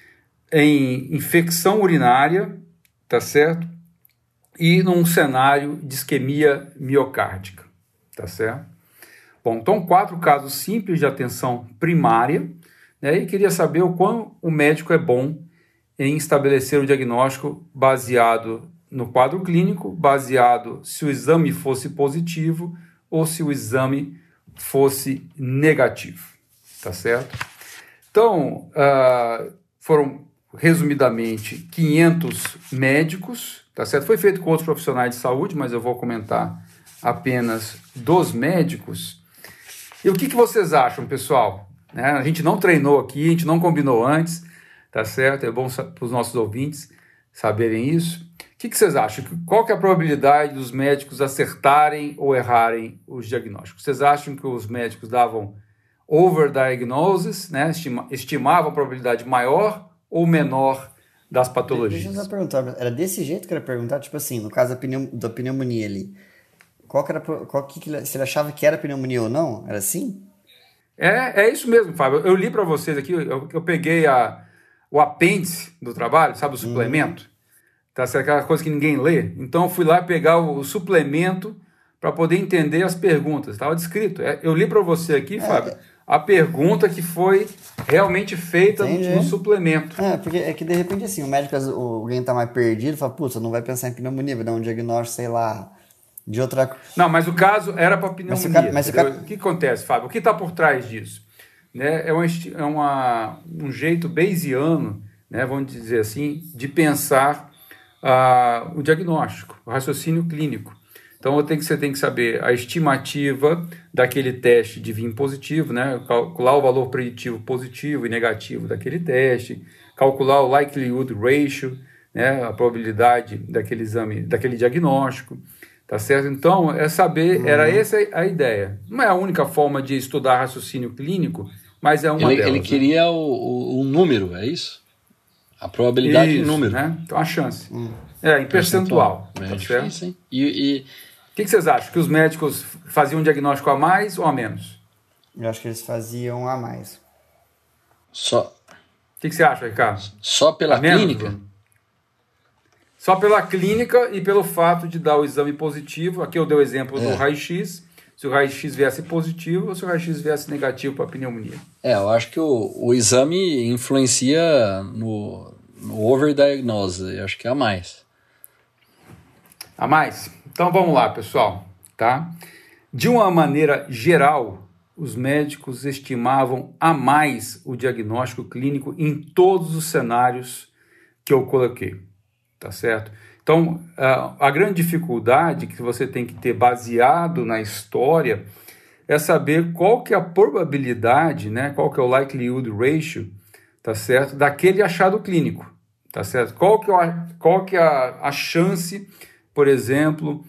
em infecção urinária, tá certo? E num cenário de isquemia miocárdica, tá certo? Bom, então, quatro casos simples de atenção primária, né? E queria saber o quão o médico é bom em estabelecer o diagnóstico baseado no quadro clínico, baseado se o exame fosse positivo ou se o exame fosse negativo, tá certo? Então, uh, foram, resumidamente, quinhentos médicos, tá certo? Foi feito com outros profissionais de saúde, mas eu vou comentar apenas dos médicos. E o que, que vocês acham, pessoal? Né? A gente não treinou aqui, a gente não combinou antes, tá certo? É bom para os nossos ouvintes saberem isso. O que, que vocês acham? Qual que é a probabilidade dos médicos acertarem ou errarem os diagnósticos? Vocês acham que os médicos davam overdiagnosis, né? Estima, estimavam a probabilidade maior ou menor das patologias? Deixa eu só perguntar, era desse jeito que era perguntar? Tipo assim, no caso da, pneu, da pneumonia ali, qual que era, qual que, se ele achava que era pneumonia ou não? Era assim? É, é isso mesmo, Fábio. Eu li para vocês aqui, eu, eu peguei a, o apêndice do trabalho, sabe, o suplemento? Uhum. tá certo? Aquela coisa que ninguém lê. Então eu fui lá pegar o, o suplemento para poder entender as perguntas. Estava descrito. Eu li para você aqui, é, Fábio, a pergunta que foi realmente feita no, no suplemento. É, porque é que de repente assim, o médico, alguém tá mais perdido, fala, putz, não vai pensar em pneumonia, vai dar um diagnóstico, sei lá, de outra coisa. Não, mas o caso era para pneumonia. Mas, cara, mas o, cara... o que acontece, Fábio? O que está por trás disso? Né? É, uma, é uma, um jeito bayesiano, né, vamos dizer assim, de pensar uh, o diagnóstico, o raciocínio clínico. Então eu tenho que, você tem que saber a estimativa daquele teste de vir positivo, né? Calcular o valor preditivo positivo e negativo daquele teste, calcular o likelihood ratio, né? A probabilidade daquele exame, daquele diagnóstico, tá certo? Então, é saber, uhum. Era essa a ideia. Não é a única forma de estudar raciocínio clínico, mas é uma ele, delas. Ele queria né? o, o, o número, é isso? A probabilidade isso, em número. Né? Então, a chance. Hum. É, em percentual. É tá difícil, certo? hein? E... e... O que, que vocês acham? Que os médicos faziam um diagnóstico a mais ou a menos? Eu acho que eles faziam a mais. Só. O que, que você acha, Ricardo? Só pela a menos, clínica? Bruno? Só pela clínica e pelo fato de dar o exame positivo. Aqui eu dei o exemplo é. do raio-x. Se o raio-x viesse positivo ou se o raio-x viesse negativo para a pneumonia. É, eu acho que o, o exame influencia no, no overdiagnose. Eu acho que é a mais. A mais? Então vamos lá, pessoal, tá? De uma maneira geral, os médicos estimavam a mais o diagnóstico clínico em todos os cenários que eu coloquei, tá certo? Então, a grande dificuldade que você tem que ter baseado na história é saber qual que é a probabilidade, né? Qual que é o likelihood ratio, tá certo? Daquele achado clínico, tá certo? Qual que é a, qual que é a, a chance, por exemplo,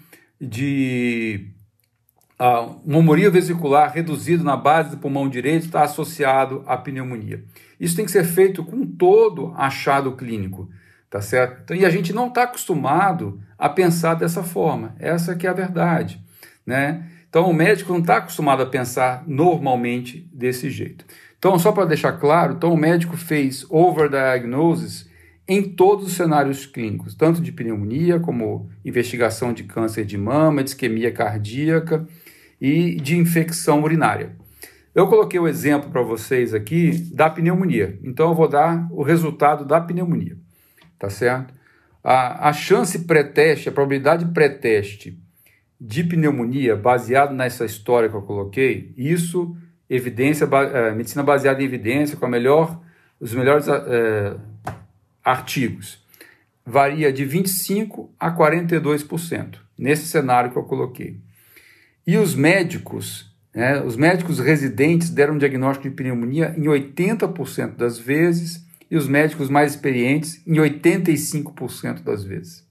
de uh, uma hemoria vesicular reduzida na base do pulmão direito estar associado à pneumonia. Isso tem que ser feito com todo achado clínico, tá certo? Então, e a gente não está acostumado a pensar dessa forma, essa que é a verdade, né? Então o médico não está acostumado a pensar normalmente desse jeito. Então, só para deixar claro, então o médico fez overdiagnosis em todos os cenários clínicos, tanto de pneumonia, como investigação de câncer de mama, de isquemia cardíaca e de infecção urinária. Eu coloquei o exemplo para vocês aqui da pneumonia, então eu vou dar o resultado da pneumonia, tá certo? A, a chance pré-teste, a probabilidade pré-teste de pneumonia, baseado nessa história que eu coloquei, isso, evidência, é, medicina baseada em evidência, com a melhor, os melhores... É, artigos, varia de vinte e cinco por cento a quarenta e dois por cento, nesse cenário que eu coloquei. E os médicos, né, os médicos residentes deram diagnóstico de pneumonia em oitenta por cento das vezes e os médicos mais experientes em oitenta e cinco por cento das vezes.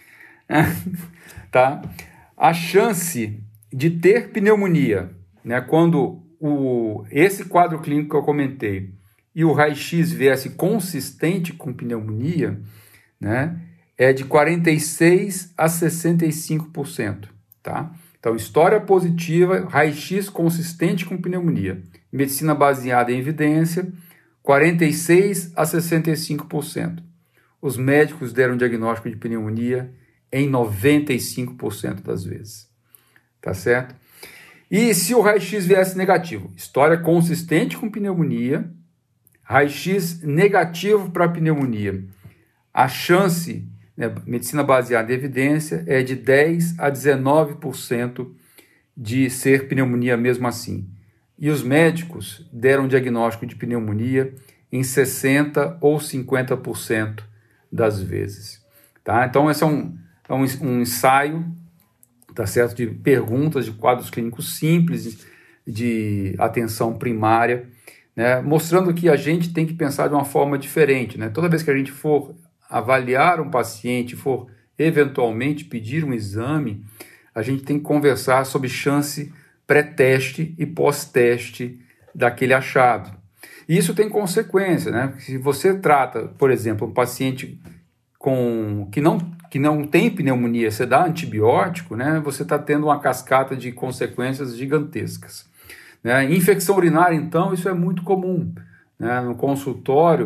Tá? A chance de ter pneumonia, né, quando o, esse quadro clínico que eu comentei e o raio-x viesse consistente com pneumonia, né, é de quarenta e seis por cento a sessenta e cinco por cento. Tá? Então, história positiva, raio-x consistente com pneumonia. Medicina baseada em evidência, quarenta e seis por cento a sessenta e cinco por cento. Os médicos deram diagnóstico de pneumonia em noventa e cinco por cento das vezes. Tá certo? E se o raio-x viesse negativo? História consistente com pneumonia, raio-x negativo para pneumonia. A chance, né, medicina baseada em evidência, é de dez a dezenove por cento de ser pneumonia mesmo assim. E os médicos deram diagnóstico de pneumonia em sessenta ou cinquenta por cento das vezes. Tá? Então, esse é um, é um, um ensaio, tá certo, de perguntas de quadros clínicos simples de atenção primária, né, mostrando que a gente tem que pensar de uma forma diferente. Né? Toda vez que a gente for avaliar um paciente, for eventualmente pedir um exame, a gente tem que conversar sobre chance pré-teste e pós-teste daquele achado. E isso tem consequência, né? Se você trata, por exemplo, um paciente com, que, não, que não tem pneumonia, você dá antibiótico, né? Você está tendo uma cascata de consequências gigantescas. Né? Infecção urinária, então, isso é muito comum. Né? No consultório,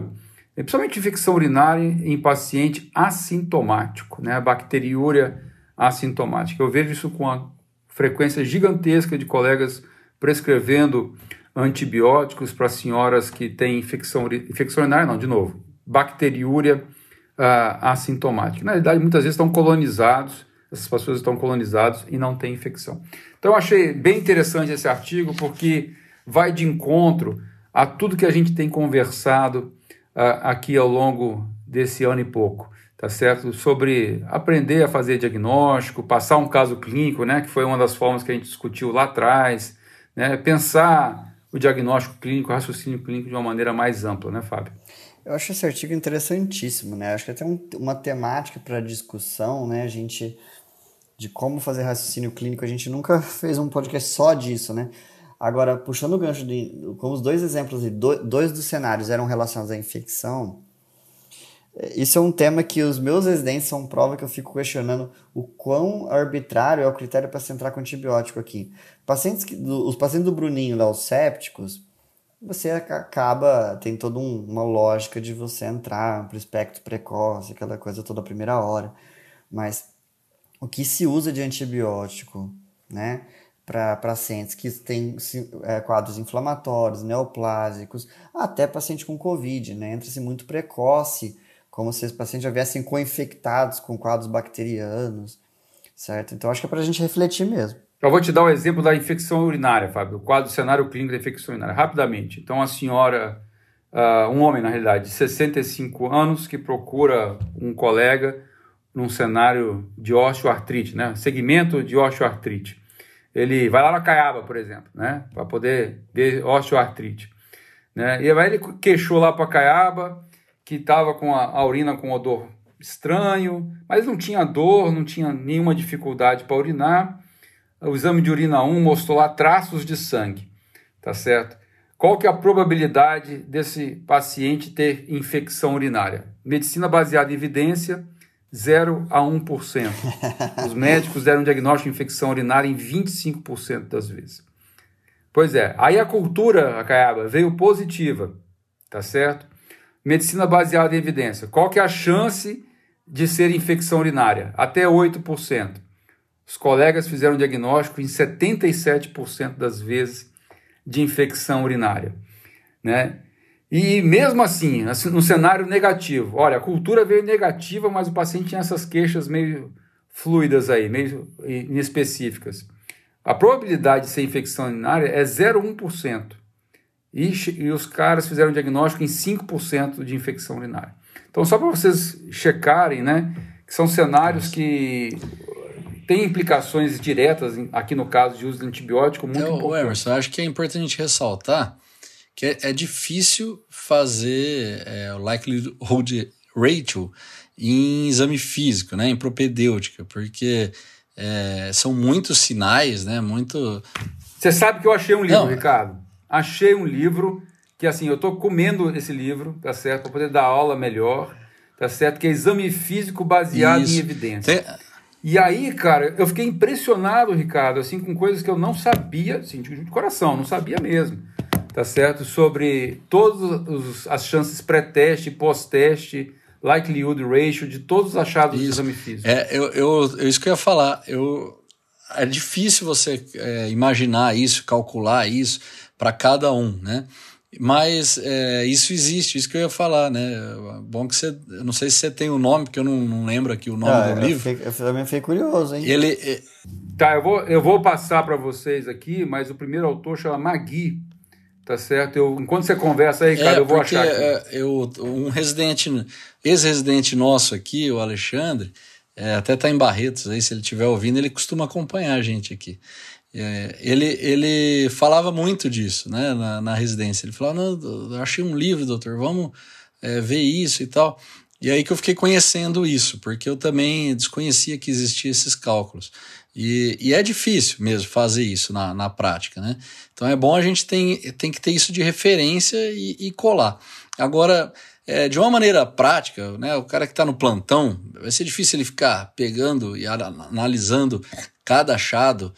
principalmente infecção urinária em paciente assintomático, né? A bacteriúria assintomática. Eu vejo isso com a frequência gigantesca de colegas prescrevendo antibióticos para senhoras que têm infecção, infecção urinária, não, de novo, bacteriúria uh, assintomática. Na realidade, muitas vezes estão colonizados, essas pessoas estão colonizadas e não têm infecção. Então, eu achei bem interessante esse artigo, porque vai de encontro a tudo que a gente tem conversado uh, aqui ao longo desse ano e pouco, tá certo? Sobre aprender a fazer diagnóstico, passar um caso clínico, né, que foi uma das formas que a gente discutiu lá atrás, né, pensar o diagnóstico clínico, o raciocínio clínico de uma maneira mais ampla, né, Fábio? Eu acho esse artigo interessantíssimo, né? Acho que até um, uma temática para discussão, né? A gente, de como fazer raciocínio clínico, a gente nunca fez um podcast só disso, né? Agora, puxando o gancho de, como os dois exemplos, do, dois dos cenários eram relacionados à infecção, isso é um tema que os meus residentes são prova que eu fico questionando o quão arbitrário é o critério para se entrar com antibiótico aqui. Pacientes que, do, os pacientes do Bruninho, lá, os sépticos, você acaba, tem toda um, uma lógica de você entrar para o espectro precoce, aquela coisa toda a primeira hora. Mas o que se usa de antibiótico, né, para pacientes que têm é, quadros inflamatórios, neoplásicos, até paciente com Covid, né, entra-se muito precoce, como se os pacientes já viessem co-infectados com quadros bacterianos, certo? Então, acho que é para a gente refletir mesmo. Eu vou te dar o exemplo da infecção urinária, Fábio, o quadro do cenário clínico da infecção urinária, rapidamente. Então, a senhora, uh, um homem, na realidade, de sessenta e cinco anos, que procura um colega num cenário de osteoartrite, né? Segmento de osteoartrite. Ele vai lá na Caiaba, por exemplo, né? Para poder ver osteoartrite. Né? E aí ele queixou lá para a Caiaba, que estava com a, a urina com odor estranho, mas não tinha dor, não tinha nenhuma dificuldade para urinar. O exame de urina um mostrou lá traços de sangue, tá certo? Qual que é a probabilidade desse paciente ter infecção urinária? Medicina baseada em evidência, zero a um por cento. Os médicos deram diagnóstico de infecção urinária em vinte e cinco por cento das vezes. Pois é, aí a cultura, a Caiaba, veio positiva, tá certo? Medicina baseada em evidência. Qual que é a chance de ser infecção urinária? Até oito por cento. Os colegas fizeram diagnóstico em setenta e sete por cento das vezes de infecção urinária, né? E mesmo assim, no cenário negativo, olha, a cultura veio negativa, mas o paciente tinha essas queixas meio fluidas aí, meio inespecíficas. A probabilidade de ser infecção urinária é zero vírgula um por cento. E, e os caras fizeram diagnóstico em cinco por cento de infecção urinária. Então, só para vocês checarem, né, que são cenários que têm implicações diretas, aqui no caso de uso de antibiótico, muito então, importante. Emerson, acho que é importante ressaltar que é, é difícil fazer é, o likelihood ratio em exame físico, né, em propedêutica, porque é, são muitos sinais, né, muito... Você sabe que eu achei um livro, Não, Ricardo? Achei um livro que, assim, eu estou comendo esse livro, tá certo? Para poder dar aula melhor, tá certo? Que é Exame Físico Baseado Isso. em Evidência. Tem... E aí, cara, eu fiquei impressionado, Ricardo, assim, com coisas que eu não sabia, assim, de coração, não sabia mesmo, tá certo? Sobre todas as chances pré-teste, pós-teste, likelihood ratio, de todos os achados isso. de exame físico. É, eu, eu, eu, isso que eu ia falar, eu, é difícil você é, imaginar isso, calcular isso para cada um, né? Mas é, isso existe, isso que eu ia falar, né? Bom que você, eu não sei se você tem o nome, porque eu não, não lembro aqui o nome ah, do eu livro. Fiquei, eu também fiquei curioso, hein? Ele, é... Tá, eu vou, eu vou passar para vocês aqui, mas o primeiro autor chama Magui, tá certo? Eu, enquanto você conversa aí, cara, é, eu vou porque, achar aqui. É, eu, um residente, ex-residente nosso aqui, o Alexandre, é, até tá em Barretos aí, se ele estiver ouvindo, ele costuma acompanhar a gente aqui. É, ele, ele falava muito disso, né, na, na residência. Ele falava, não, eu achei um livro, doutor, vamos é, ver isso e tal. E aí que eu fiquei conhecendo isso, porque eu também desconhecia que existiam esses cálculos. E, e é difícil mesmo fazer isso na, na prática, né? Então é bom a gente tem, tem que ter isso de referência e, e colar. Agora, é, de uma maneira prática, né, o cara que está no plantão, vai ser difícil ele ficar pegando e analisando cada achado.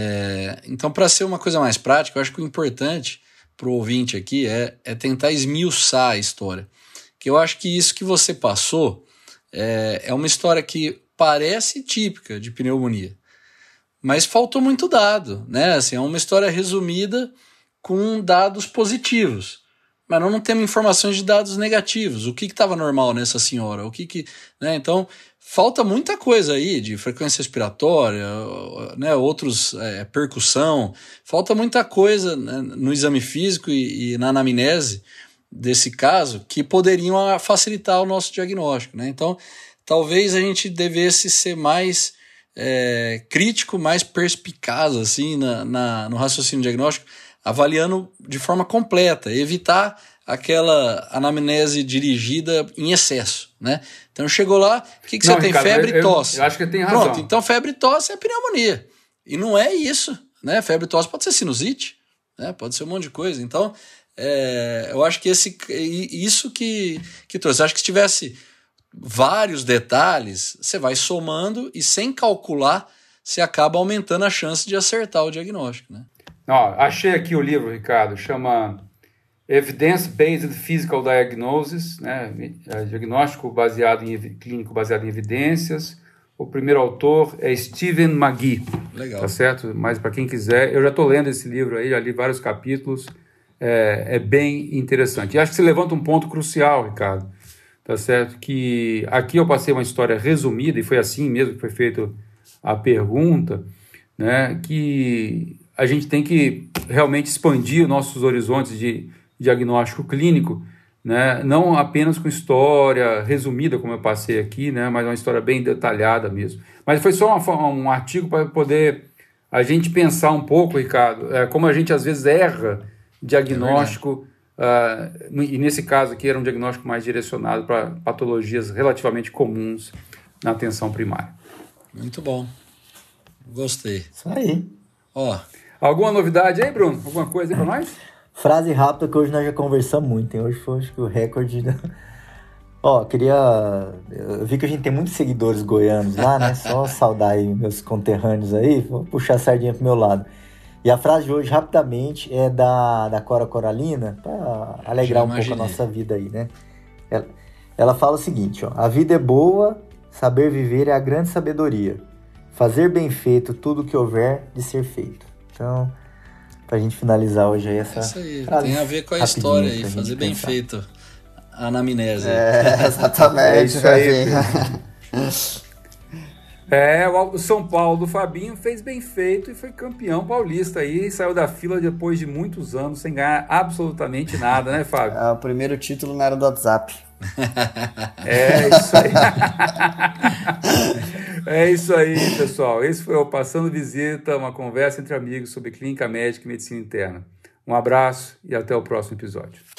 É, então, para ser uma coisa mais prática, eu acho que o importante para o ouvinte aqui é, é tentar esmiuçar a história. que eu acho que isso que você passou é, é uma história que parece típica de pneumonia, mas faltou muito dado, né? Assim, é uma história resumida com dados positivos, mas nós não temos informações de dados negativos. O que estava normal nessa senhora? O que que, né? Então, falta muita coisa aí de frequência respiratória, né? Outros, é, percussão, falta muita coisa, né, no exame físico e, e na anamnese desse caso que poderiam facilitar o nosso diagnóstico, né? Então, talvez a gente devesse ser mais é, crítico, mais perspicaz assim, na, na, no raciocínio diagnóstico, avaliando de forma completa, evitar aquela anamnese dirigida em excesso, né? Então chegou lá, o que, que Não, você tem? Ricardo, Febre e eu, tosse. Eu acho que tem razão. Pronto, então febre e tosse é pneumonia. E não é isso, né? Febre e tosse pode ser sinusite, né? Pode ser um monte de coisa. Então, é, eu acho que esse, isso que, que trouxe. Eu acho que se tivesse vários detalhes, você vai somando e sem calcular, você acaba aumentando a chance de acertar o diagnóstico, né? Ó, achei aqui o livro, Ricardo, chama Evidence-Based Physical Diagnosis, né? Diagnóstico baseado em, clínico baseado em evidências. O primeiro autor é Stephen McGee. Legal. Tá certo? Mas para quem quiser, eu já estou lendo esse livro aí, já li vários capítulos, é, é bem interessante. E acho que você levanta um ponto crucial, Ricardo, tá certo? Que aqui eu passei uma história resumida, e foi assim mesmo que foi feita a pergunta, né? Que a gente tem que realmente expandir os nossos horizontes de diagnóstico clínico, né? Não apenas com história resumida, como eu passei aqui, né? Mas uma história bem detalhada mesmo. Mas foi só uma, um artigo para poder a gente pensar um pouco, Ricardo, é, como a gente às vezes erra diagnóstico, é uh, e nesse caso aqui era um diagnóstico mais direcionado para patologias relativamente comuns na atenção primária. Muito bom. Gostei. Isso aí. Ó. Alguma novidade aí, Bruno? Alguma coisa aí para nós? Frase rápida que hoje nós já conversamos muito, hein? Hoje foi, acho que, o recorde. Da... Ó, queria... Eu vi que a gente tem muitos seguidores goianos lá, né? Só saudar aí meus conterrâneos aí, vou puxar a sardinha pro meu lado. E a frase de hoje, rapidamente, é da, da Cora Coralina, para alegrar um pouco a nossa vida aí, né? Ela, ela fala o seguinte, ó: a vida é boa, saber viver é a grande sabedoria. Fazer bem feito tudo que houver de ser feito. Então, pra gente finalizar hoje aí essa... Isso aí, tem a ver com a história aí, fazer bem pensar. Feito a anamnese. É, exatamente. É isso aí. É, o São Paulo do Fabinho fez bem feito e foi campeão paulista aí, saiu da fila depois de muitos anos sem ganhar absolutamente nada, né, Fábio? É, o primeiro título não era do WhatsApp. É isso aí. É isso aí, pessoal. Esse foi o Passando Visita, uma conversa entre amigos sobre clínica médica e medicina interna. Um abraço e até o próximo episódio.